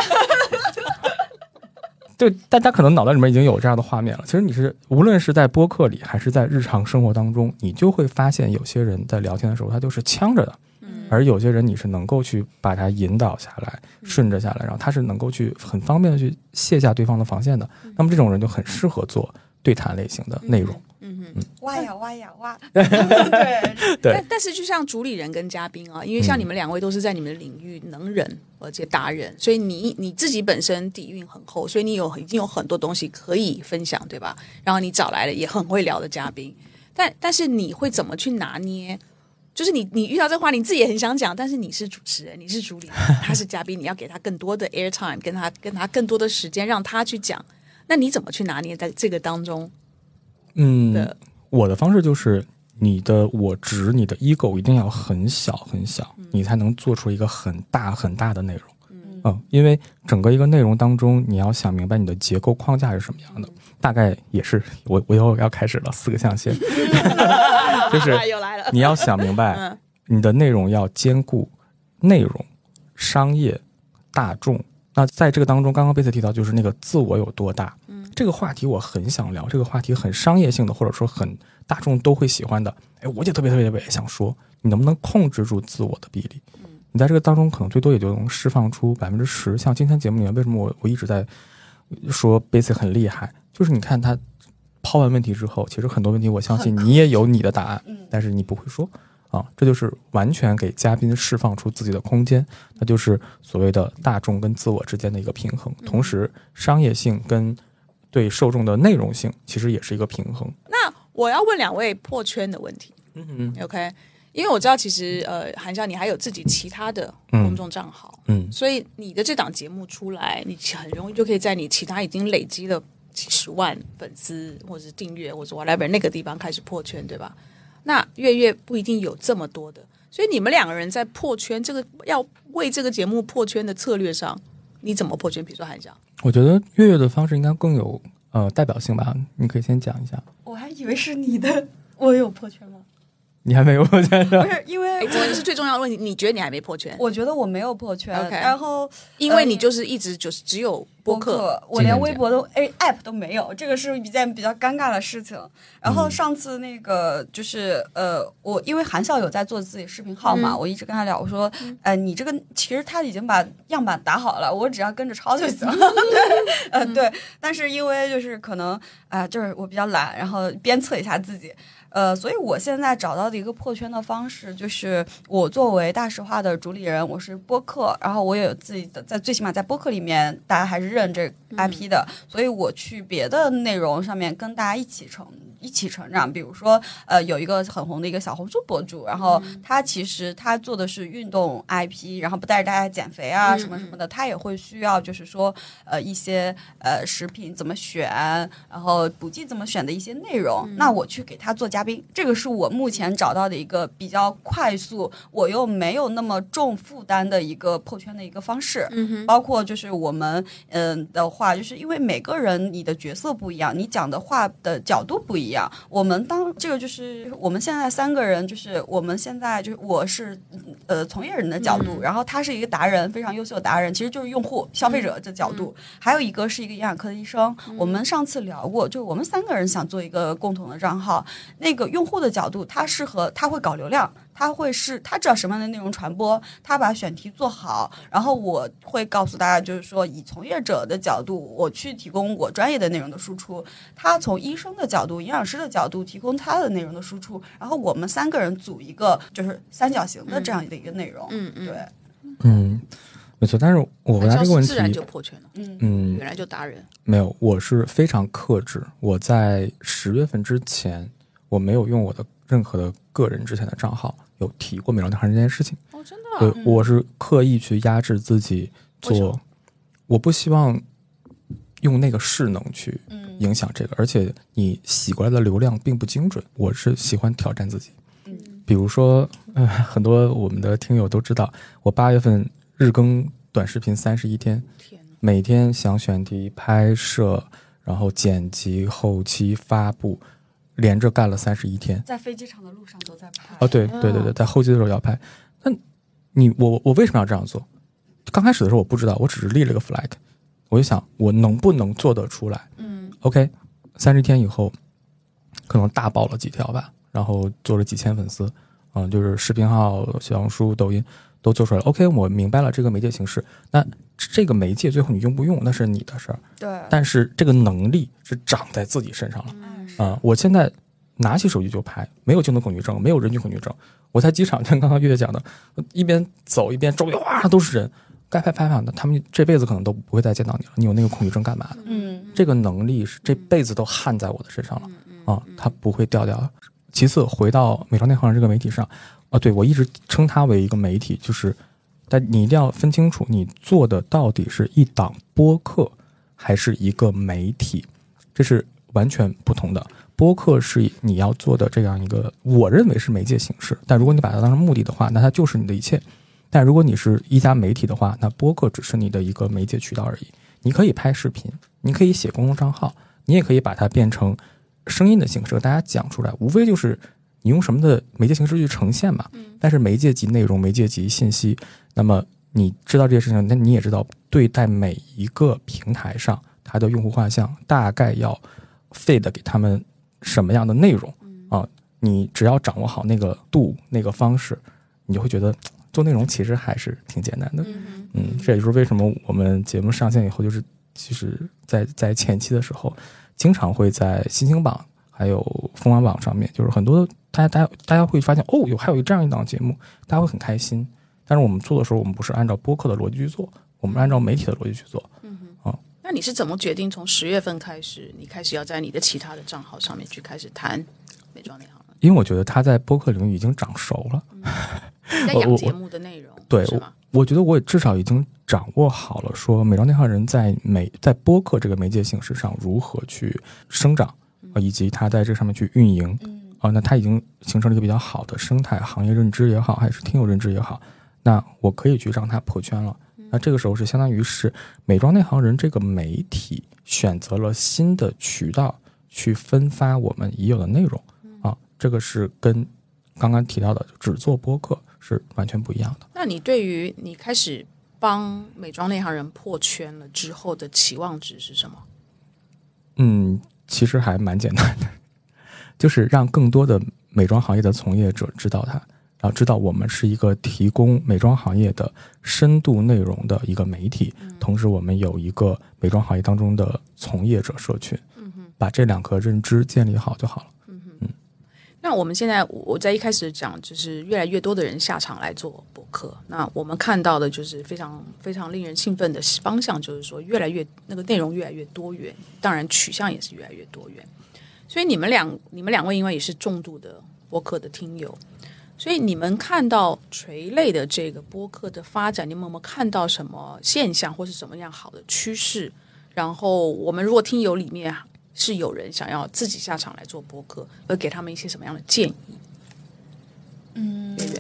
对，大家可能脑袋里面已经有这样的画面了。其实你是无论是在播客里还是在日常生活当中，你就会发现有些人在聊天的时候他就是呛着的，而有些人你是能够去把他引导下来，顺着下来，然后他是能够去很方便的去卸下对方的防线的。那么这种人就很适合做对谈类型的内容。 嗯嗯， 挖呀挖呀挖， 对但但是就像主理人跟嘉宾啊，因为像你们两位都是在你们的领域能人而且达人，所以你你自己本身底蕴很厚，所以你有已经有很多东西可以分享，对吧？然后你找来了也很会聊的嘉宾，但但是你会怎么去拿捏？就是你你遇到这个话题，你自己也很想讲，但是你是主持人，你是主理人，他是嘉宾，你要给他更多的 air time， 跟他跟他更多的时间让他去讲，那你怎么去拿捏在这个当中？ 嗯，我的方式就是你的我值，你的 ego 一定要很小很小，嗯、你才能做出一个很大很大的内容。嗯, 嗯，因为整个一个内容当中，你要想明白你的结构框架是什么样的，嗯、大概也是我我又要开始了四个象限，就是你要想明白，你的内容要兼顾内容、商业、大众。那在这个当中，刚刚贝斯提到就是那个自我有多大。这个话题我很想聊，这个话题很商业性的，或者说很大众都会喜欢的，哎，我也特别特别特别想说，你能不能控制住自我的比例？你在这个当中可能最多也就能释放出百分之十。像今天节目里面，为什么我我一直在说 Basic 很厉害，就是你看他抛完问题之后，其实很多问题我相信你也有你的答案，但是你不会说啊，这就是完全给嘉宾释放出自己的空间，那就是所谓的大众跟自我之间的一个平衡，同时商业性跟对受众的内容性其实也是一个平衡。 那我要问两位破圈的问题，嗯嗯 ，OK， 因为我知道其实呃，韩笑你还有自己其他的公众账号，嗯，所以你的这档节目出来，你很容易就可以在你其他已经累积了几十万粉丝或者是订阅或者 whatever 那个地方开始破圈，对吧？那月月不一定有这么多的，所以你们两个人在破圈这个要为这个节目破圈的策略上，你怎么破圈？比如说韩笑， 我觉得月月的方式应该更有呃代表性吧，你可以先讲一下。 我还以为是你的，我有破圈吗？ 你还没有破圈是吧？ 不是，因为这个是最重要的问题。你觉得你还没破圈？ 我觉得我没有破圈。 Okay. 然后， 因为你就是一直就是只有播客， 播客我连微博都哎 app 都没有，这个是一件比较尴尬的事情。然后上次那个就是呃，我因为韩笑有在做自己视频号嘛，嗯、我一直跟他聊，我说，呃，你这个其实他已经把样板打好了，我只要跟着抄就行了。对，呃对，但是因为就是可能啊、呃，就是我比较懒，然后鞭策一下自己。呃，所以我现在找到的一个破圈的方式，就是我作为大实话的主理人，我是播客，然后我也有自己的，在最起码在播客里面，大家还是认这 I P 的，嗯、所以我去别的内容上面跟大家一起成一起成长。比如说，呃，有一个很红的一个小红书博主，然后他其实他做的是运动 I P， 然后不带着大家减肥啊什么什么的，他也会需要就是说，呃，一些呃食品怎么选，然后补剂怎么选的一些内容，嗯、那我去给他做嘉宾。这个是我目前找到的一个比较快速，我又没有那么重负担的一个破圈的一个方式。嗯、包括就是我们呃们的话，就是因为每个人你的角色不一样，你讲的话的角度不一样。我们当这个就是我们现在三个人，就是我们现在就是我是呃从业人的角度，嗯、然后他是一个达人，非常优秀的达人，其实就是用户消费者的角度，嗯、还有一个是一个营养科的医生。嗯、我们上次聊过，就是我们三个人想做一个共同的账号，那个用户的角度，他适合他会搞流量。他会是，他知道什么样的内容传播，他把选题做好，然后我会告诉大家，就是说以从业者的角度，我去提供我专业的内容的输出，他从医生的角度、营养师的角度提供他的内容的输出，然后我们三个人组一个就是三角形的这样的一个内容。嗯嗯，对， 嗯，没错。但是我回答这个问题， 自然就破圈了。嗯嗯，原来就达人。 没有，我是非常克制。我在十月份之前，我没有用我的任何的个人之前的账号。有提过美妆内行人这件事情哦，真的、啊， 对，我是刻意去压制自己做，我不希望用那个势能去影响这个，嗯、而且你洗过来的流量并不精准，我是喜欢挑战自己。嗯，比如说，呃，很多我们的听友都知道，我八月份日更短视频三十一天，天每天想选题、拍摄，然后剪辑、后期、发布。连着干了三十一天， 在飞机场的路上都在拍。 哦，对对对对，在后期的时候要拍。那你我我为什么要这样做？刚开始的时候我不知道，我只是立了个 flag， 我就想我能不能做得出来。嗯 ，OK， 三十天以后，可能大爆了几条吧，然后做了几千粉丝，嗯，就是视频号、小红书、抖音都做出来了。OK， 我明白了这个媒介形式。那这个媒介最后你用不用那是你的事儿。 对。 但是这个能力是长在自己身上了。嗯啊、呃，我现在拿起手机就拍，没有镜头恐惧症，没有人群恐惧症。我在机场，像刚刚月月讲的，一边走一边周围哇都是人，该拍拍拍的，他们这辈子可能都不会再见到你了。你有那个恐惧症干嘛的？嗯，这个能力是这辈子都焊在我的身上了啊，它不会掉掉。其次，回到美妆内行人这个媒体上啊，对我一直称它为一个媒体，就是但你一定要分清楚，你做的到底是一档播客还是一个媒体，这是完全不同的。播客是你要做的这样一个，我认为是媒介形式，但如果你把它当成目的的话，那它就是你的一切。但如果你是一家媒体的话，那播客只是你的一个媒介渠道而已。你可以拍视频，你可以写公众账号，你也可以把它变成声音的形式和大家讲出来，无非就是你用什么的媒介形式去呈现嘛。但是媒介及内容，媒介及信息，那么你知道这些事情，那你也知道对待每一个平台上它的用户画像大概要 feed 给他们什么样的内容啊？你只要掌握好那个度那个方式，你就会觉得做内容其实还是挺简单的。嗯, 嗯，这也就是为什么我们节目上线以后，就是其实在在前期的时候，经常会在新星榜还有锋芒榜上面，就是很多大家大家大家会发现哦，有还有这样一档节目，大家会很开心。但是我们做的时候，我们不是按照播客的逻辑去做，我们按照媒体的逻辑去做。嗯哼，啊， 那你是怎么决定从十月份开始，你开始要在你的其他的账号上面去开始谈美妆内行了？ 因为我觉得他在播客领域已经长熟了。嗯在养节目的内容， 对，我我觉得我也至少已经掌握好了，说美妆内行人在媒在播客这个媒介形式上如何去生长，嗯、以及他在这上面去运营。嗯，啊，那他已经形成了一个比较好的生态，行业认知也好，还是听友认知也好，那我可以去让他破圈了。嗯、那这个时候是相当于是美妆内行人这个媒体选择了新的渠道去分发我们已有的内容。啊，这个是跟刚刚提到的只做播客是完全不一样的。 那你对于你开始帮美妆内行人破圈了之后的期望值是什么？ 嗯，其实还蛮简单的，就是让更多的美妆行业的从业者知道它，然后知道我们是一个提供美妆行业的深度内容的一个媒体，嗯、同时我们有一个美妆行业当中的从业者社群，嗯、把这两个认知建立好就好了。 那我们现在我在一开始讲，就是越来越多的人下场来做播客。那我们看到的就是非常非常令人兴奋的方向，就是说越来越那个内容越来越多元，当然取向也是越来越多元。所以你们两你们两位因为也是重度的播客的听友，所以你们看到垂类的这个播客的发展，你们有没有看到什么现象或是什么样好的趋势？然后我们如果听友里面是有人想要自己下场来做播客，会给他们一些什么样的建议？ 嗯，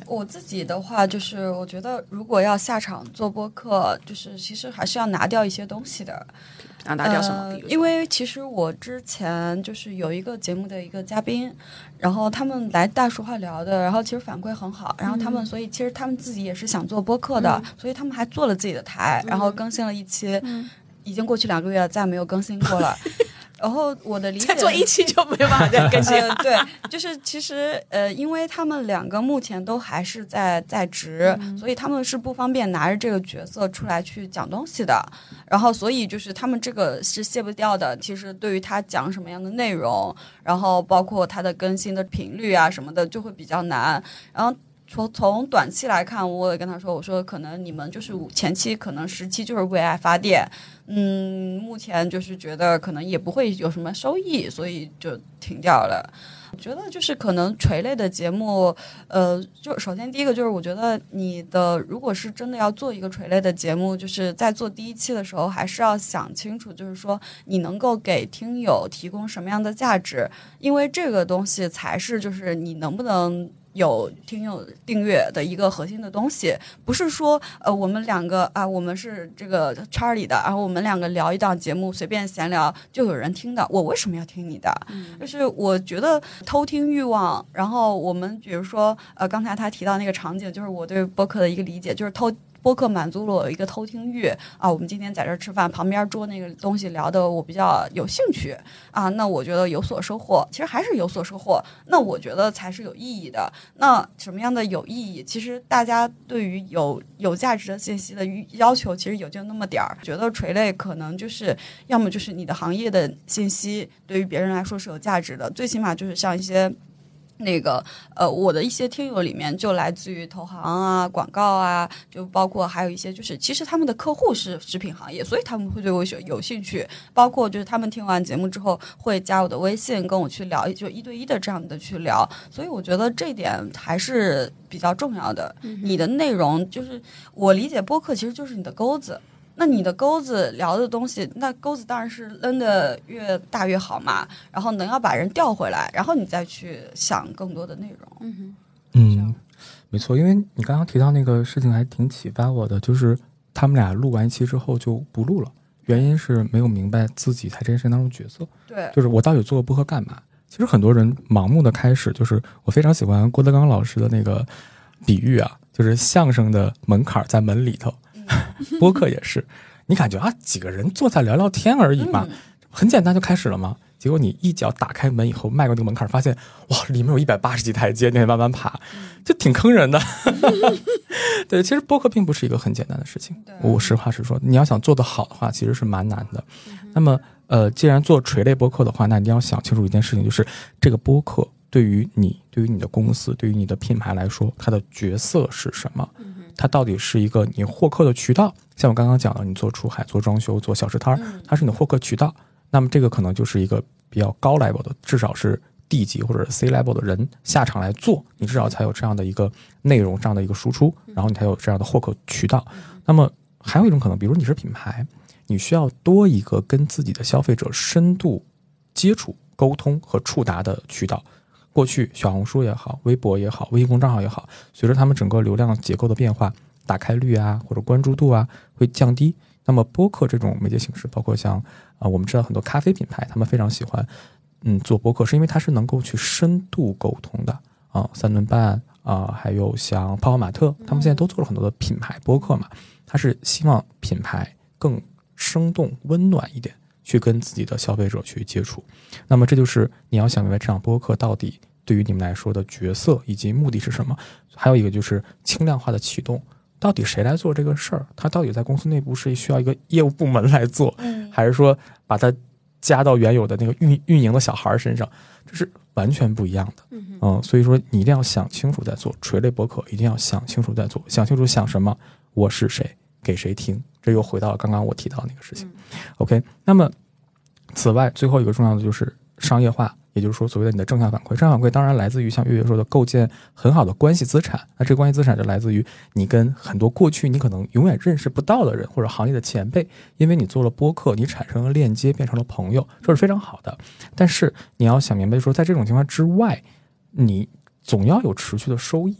我自己的话，就是我觉得如果要下场做播客，就是其实还是要拿掉一些东西的。 拿拿掉什么？ 呃、因为其实我之前就是有一个节目的一个嘉宾，然后他们来大实话聊的，然后其实反馈很好，然后他们、嗯、所以其实他们自己也是想做播客的，嗯、所以他们还做了自己的台，嗯、然后更新了一期，嗯、已经过去两个月了，再没有更新过了。然后我的理解， 再做一期就没有办法再更新了。 呃、对，就是其实呃，因为他们两个目前都还是在在职，嗯、所以他们是不方便拿着这个角色出来去讲东西的。然后，所以就是他们这个是卸不掉的。其实对于他讲什么样的内容，然后包括他的更新的频率啊什么的，就会比较难。然后。从从短期来看，我也跟他说，我说可能你们就是前期可能十期就是为爱发电，嗯，目前就是觉得可能也不会有什么收益，所以就停掉了。我觉得就是可能垂类的节目，呃，就首先第一个就是我觉得你的如果是真的要做一个垂类的节目，就是在做第一期的时候，还是要想清楚，就是说你能够给听友提供什么样的价值，因为这个东西才是就是你能不能。有听友订阅的一个核心的东西，不是说呃我们两个啊，我们是这个圈里的，然后我们两个聊一档节目随便闲聊就有人听的，我为什么要听你的？嗯、就是我觉得偷听欲望，然后我们比如说呃刚才他提到那个场景，就是我对播客的一个理解，就是偷。播客满足了我一个偷听欲啊！我们今天在这儿吃饭，旁边桌那个东西聊的我比较有兴趣啊，那我觉得有所收获，其实还是有所收获，那我觉得才是有意义的。那什么样的有意义？其实大家对于有有价值的信息的要求，其实有就那么点儿。觉得垂类可能就是要么就是你的行业的信息对于别人来说是有价值的，最起码就是像一些。那个呃，我的一些听友里面就来自于投行啊、广告啊，就包括还有一些就是，其实他们的客户是食品行业，所以他们会对我有有兴趣。包括就是他们听完节目之后会加我的微信跟我去聊，就一对一的这样的去聊。所以我觉得这一点还是比较重要的。嗯、你的内容就是我理解播客其实就是你的钩子。那你的钩子聊的东西，那钩子当然是扔的越大越好嘛，然后能要把人调回来，然后你再去想更多的内容。 嗯嗯，没错，因为你刚刚提到那个事情还挺启发我的，就是他们俩录完一期之后就不录了，原因是没有明白自己在这件事情当中角色。 对， 就是我到底做播客干嘛？其实很多人盲目的开始，就是我非常喜欢郭德纲老师的那个比喻啊，就是相声的门槛在门里头。播客也是，你感觉啊几个人坐下聊聊天而已嘛，嗯、很简单就开始了嘛。结果你一脚打开门以后，迈过那个门槛，发现哇，里面有一百八十级台阶，你得慢慢爬，就挺坑人的。对，其实播客并不是一个很简单的事情。我实话实说，你要想做得好的话，其实是蛮难的。嗯、那么，呃，既然做垂类播客的话，那你要想清楚一件事情，就是这个播客对于你、对于你的公司、对于你的品牌来说，它的角色是什么？嗯它到底是一个你获客的渠道，像我刚刚讲的，你做出海、做装修、做小吃摊，它是你的获客渠道。那么这个可能就是一个比较高 level 的，至少是 D 级或者是 C level 的人下场来做，你至少才有这样的一个内容，这样的一个输出，然后你才有这样的获客渠道。那么还有一种可能，比如你是品牌，你需要多一个跟自己的消费者深度接触、沟通和触达的渠道。过去小红书也好，微博也好，微信公众号也好，随着他们整个流量结构的变化，打开率啊或者关注度啊会降低。那么播客这种媒介形式，包括像啊、呃、我们知道很多咖啡品牌，他们非常喜欢嗯做播客，是因为它是能够去深度沟通的啊、呃。三顿半啊、呃，还有像泡泡玛特，他们现在都做了很多的品牌播客嘛，它是希望品牌更生动温暖一点，去跟自己的消费者去接触。那么这就是你要想明白这场播客到底对于你们来说的角色以及目的是什么。还有一个就是轻量化的启动，到底谁来做这个事儿？他到底在公司内部是需要一个业务部门来做，嗯、还是说把它加到原有的那个运运营的小孩身上？这是完全不一样的。嗯、呃，所以说你一定要想清楚再做垂类播客，一定要想清楚再做，想清楚想什么，我是谁，给谁听。这又回到了刚刚我提到的那个事情。嗯、OK， 那么此外最后一个重要的就是商业化，也就是说所谓的你的正向反馈。正向反馈当然来自于像月月说的构建很好的关系资产，那这个关系资产就来自于你跟很多过去你可能永远认识不到的人或者行业的前辈，因为你做了播客，你产生了链接，变成了朋友，这是非常好的。但是你要想明白说，在这种情况之外，你总要有持续的收益吧。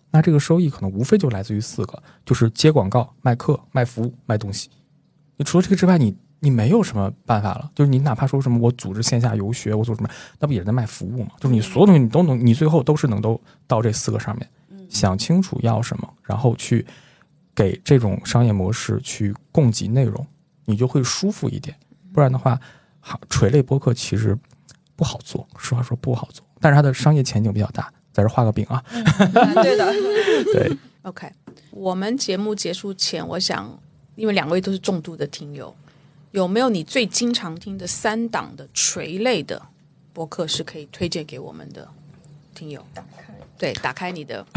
那这个收益可能无非就来自于四个，就是接广告、卖课、卖服务、卖东西。你除了这个之外，你你没有什么办法了。就是你哪怕说什么我组织线下游学，我做什么，那不也是在卖服务吗？就是你所有东西你都能，你最后都是能都到这四个上面。想清楚要什么，然后去给这种商业模式去供给内容，你就会舒服一点。不然的话，垂类播客其实不好做，实话说不好做，但是它的商业前景比较大。在这画个饼啊， 嗯、对的， 对。 OK， 我们节目结束前，我想，因为两位都是重度的听友，有没有你最经常听的三档的垂类的播客是可以推荐给我们的听友？ 打开， 对，打开你的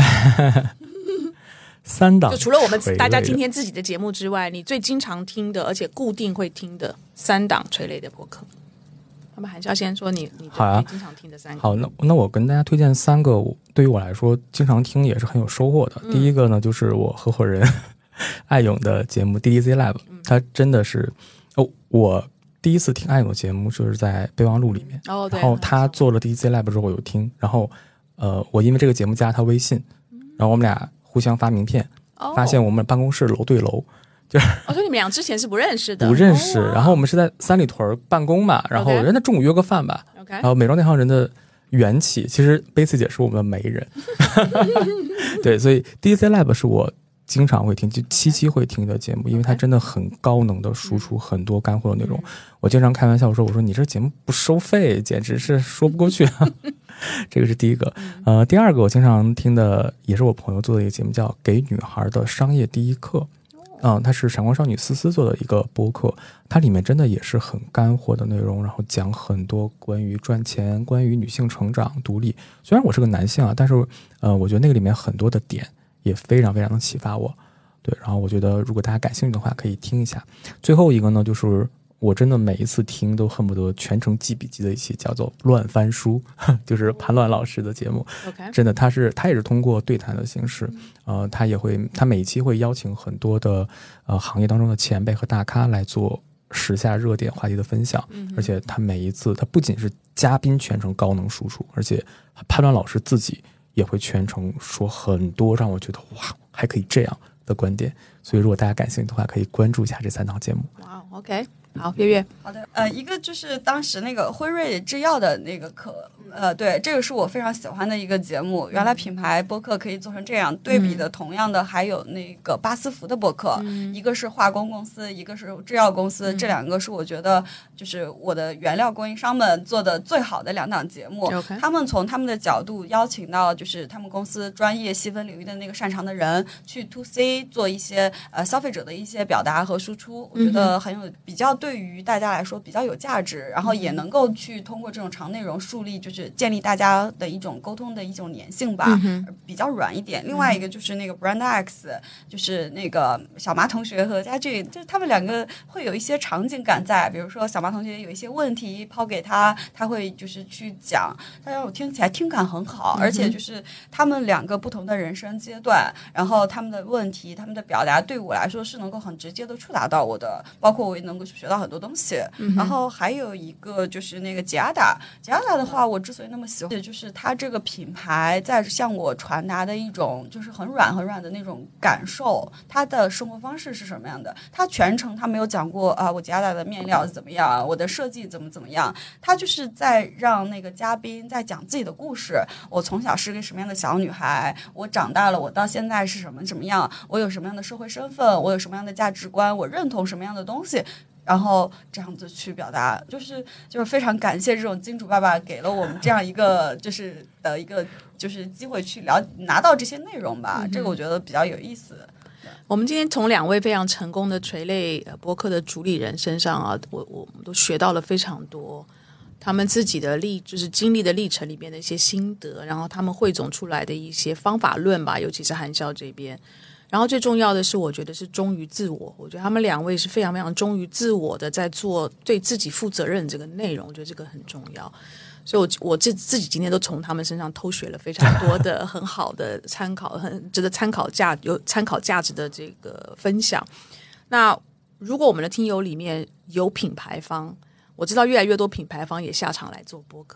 三档， 就除了我们大家今天自己的节目之外，你最经常听的，而且固定会听的三档垂类的播客。那么韩笑先说你你好啊， 经常听的三个。 好，那那我跟大家推荐三个，对于我来说经常听也是很有收获的。嗯、第一个呢，就是我合伙人艾勇的节目 D D Z Lab，他真的是哦，我第一次听艾勇的节目就是在备忘录里面， 哦， 然后他做了 D D Z Lab 之后我有听，然后呃，我因为这个节目加他微信，然后我们俩互相发名片，哦、发现我们办公室楼对楼。就是哦，所以你们俩之前是不认识的， 不认识。 哦、 然后我们是在三里屯办公嘛，然后人家中午约个饭吧。 Okay. 然后美妆内行人的缘起，其实贝斯姐是我们的媒人。对，所以 D D Z Lab 是我经常会听，就七期会听的节目，因为它真的很高能的输出很多干货的内容。我经常开玩笑说，我说你这节目不收费，简直是说不过去。这个是第一个。呃，第二个我经常听的也是我朋友做的一个节目，叫《给女孩的商业第一课》。嗯，它是闪光少女思思做的一个播客，它里面真的也是很干货的内容，然后讲很多关于赚钱、关于女性成长、独立。虽然我是个男性啊，但是呃，我觉得那个里面很多的点也非常非常的启发我。对，然后我觉得如果大家感兴趣的话，可以听一下。最后一个呢，就是我真的每一次听都恨不得全程记笔记的一期，叫做《乱翻书》，就是潘乱老师的节目。 Okay. 真的，他是他也是通过对谈的形式，呃，他也会他每一期会邀请很多的呃行业当中的前辈和大咖来做时下热点话题的分享， 嗯、 而且他每一次他不仅是嘉宾全程高能输出，而且潘乱老师自己也会全程说很多让我觉得哇还可以这样的观点。所以如果大家感兴趣的话，可以关注一下这三档节目。 哇、wow, OK。好，月月。 好的，呃，一个就是当时那个辉瑞制药的那个课，呃，对，这个是我非常喜欢的一个节目。原来品牌播客可以做成这样，对比的同样的还有那个巴斯福的播客，嗯、一个是化工公司，一个是制药公司，嗯、这两个是我觉得就是我的原料供应商们做的最好的两档节目。 Okay. 他们从他们的角度邀请到就是他们公司专业细分领域的那个擅长的人去 to C 做一些呃消费者的一些表达和输出，我觉得很有比较。对于大家来说比较有价值，然后也能够去通过这种长内容树立，就是建立大家的一种沟通的一种粘性吧， 嗯、 比较软一点。另外一个就是那个 Brand X， 就是那个小马同学和佳俊，就是他们两个会有一些场景感在，比如说小马同学有一些问题抛给他，他会就是去讲，但是我听起来听感很好，而且就是他们两个不同的人生阶段，然后他们的问题，他们的表达对我来说是能够很直接的触达到我的，包括我也能够学到很多东西。 嗯、 然后还有一个就是那个吉亚达，吉亚达的话，我之所以那么喜欢，就是它这个品牌在向我传达的一种就是很软很软的那种感受。他的生活方式是什么样的？他全程他没有讲过啊，我吉亚达的面料怎么样，我的设计怎么怎么样，他就是在让那个嘉宾在讲自己的故事。我从小是个什么样的小女孩，我长大了，我到现在是什么什么样，我有什么样的社会身份，我有什么样的价值观，我认同什么样的东西。然后这样子去表达，就是就是非常感谢这种金主爸爸给了我们这样一个就是的一个就是机会去了拿到这些内容吧，嗯、这个我觉得比较有意思。 我们今天从两位非常成功的垂类播客的主理人身上啊，我我们都学到了非常多他们自己的历就是经历的历程里面的一些心得，然后他们汇总出来的一些方法论吧，尤其是韩笑这边。然后最重要的是，我觉得是忠于自我。我觉得他们两位是非常非常忠于自我的，在做对自己负责任这个内容，我觉得这个很重要。所以我我自自己今天都从他们身上偷学了非常多的很好的参考，很值得参考价有参考价值的这个分享。那如果我们的听友里面有品牌方，我知道越来越多品牌方也下场来做播客。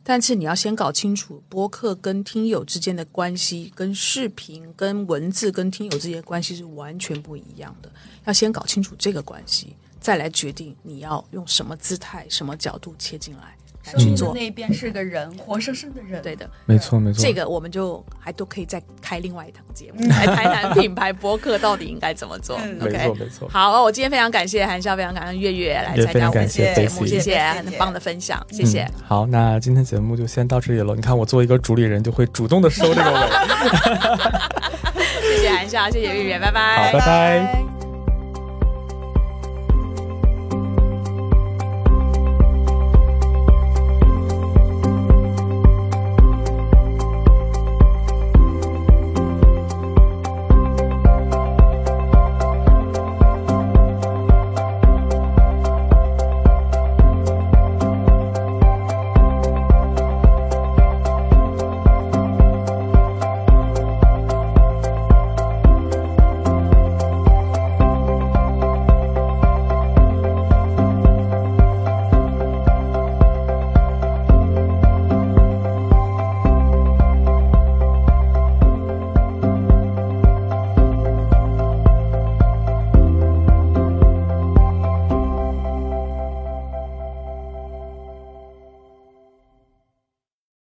但是你要先搞清楚播客跟听友之间的关系，跟视频跟文字跟听友之间的关系是完全不一样的，要先搞清楚这个关系，再来决定你要用什么姿态什么角度切进来去做。 那边是个人，活生生的人。 对的， 没错没错。 这个我们就还都可以再开另外一堂节目来谈谈品牌播客到底应该怎么做。 嗯 OK， 没错没错。 好，我今天非常感谢韩笑，非常感谢月月来参加我们的节目，谢谢很棒的分享，谢谢、 嗯。好，那今天节目就先到这里了。你看我作为一个主理人，就会主动的收这个尾。 谢谢韩笑，谢谢月月，拜拜。 好，拜拜。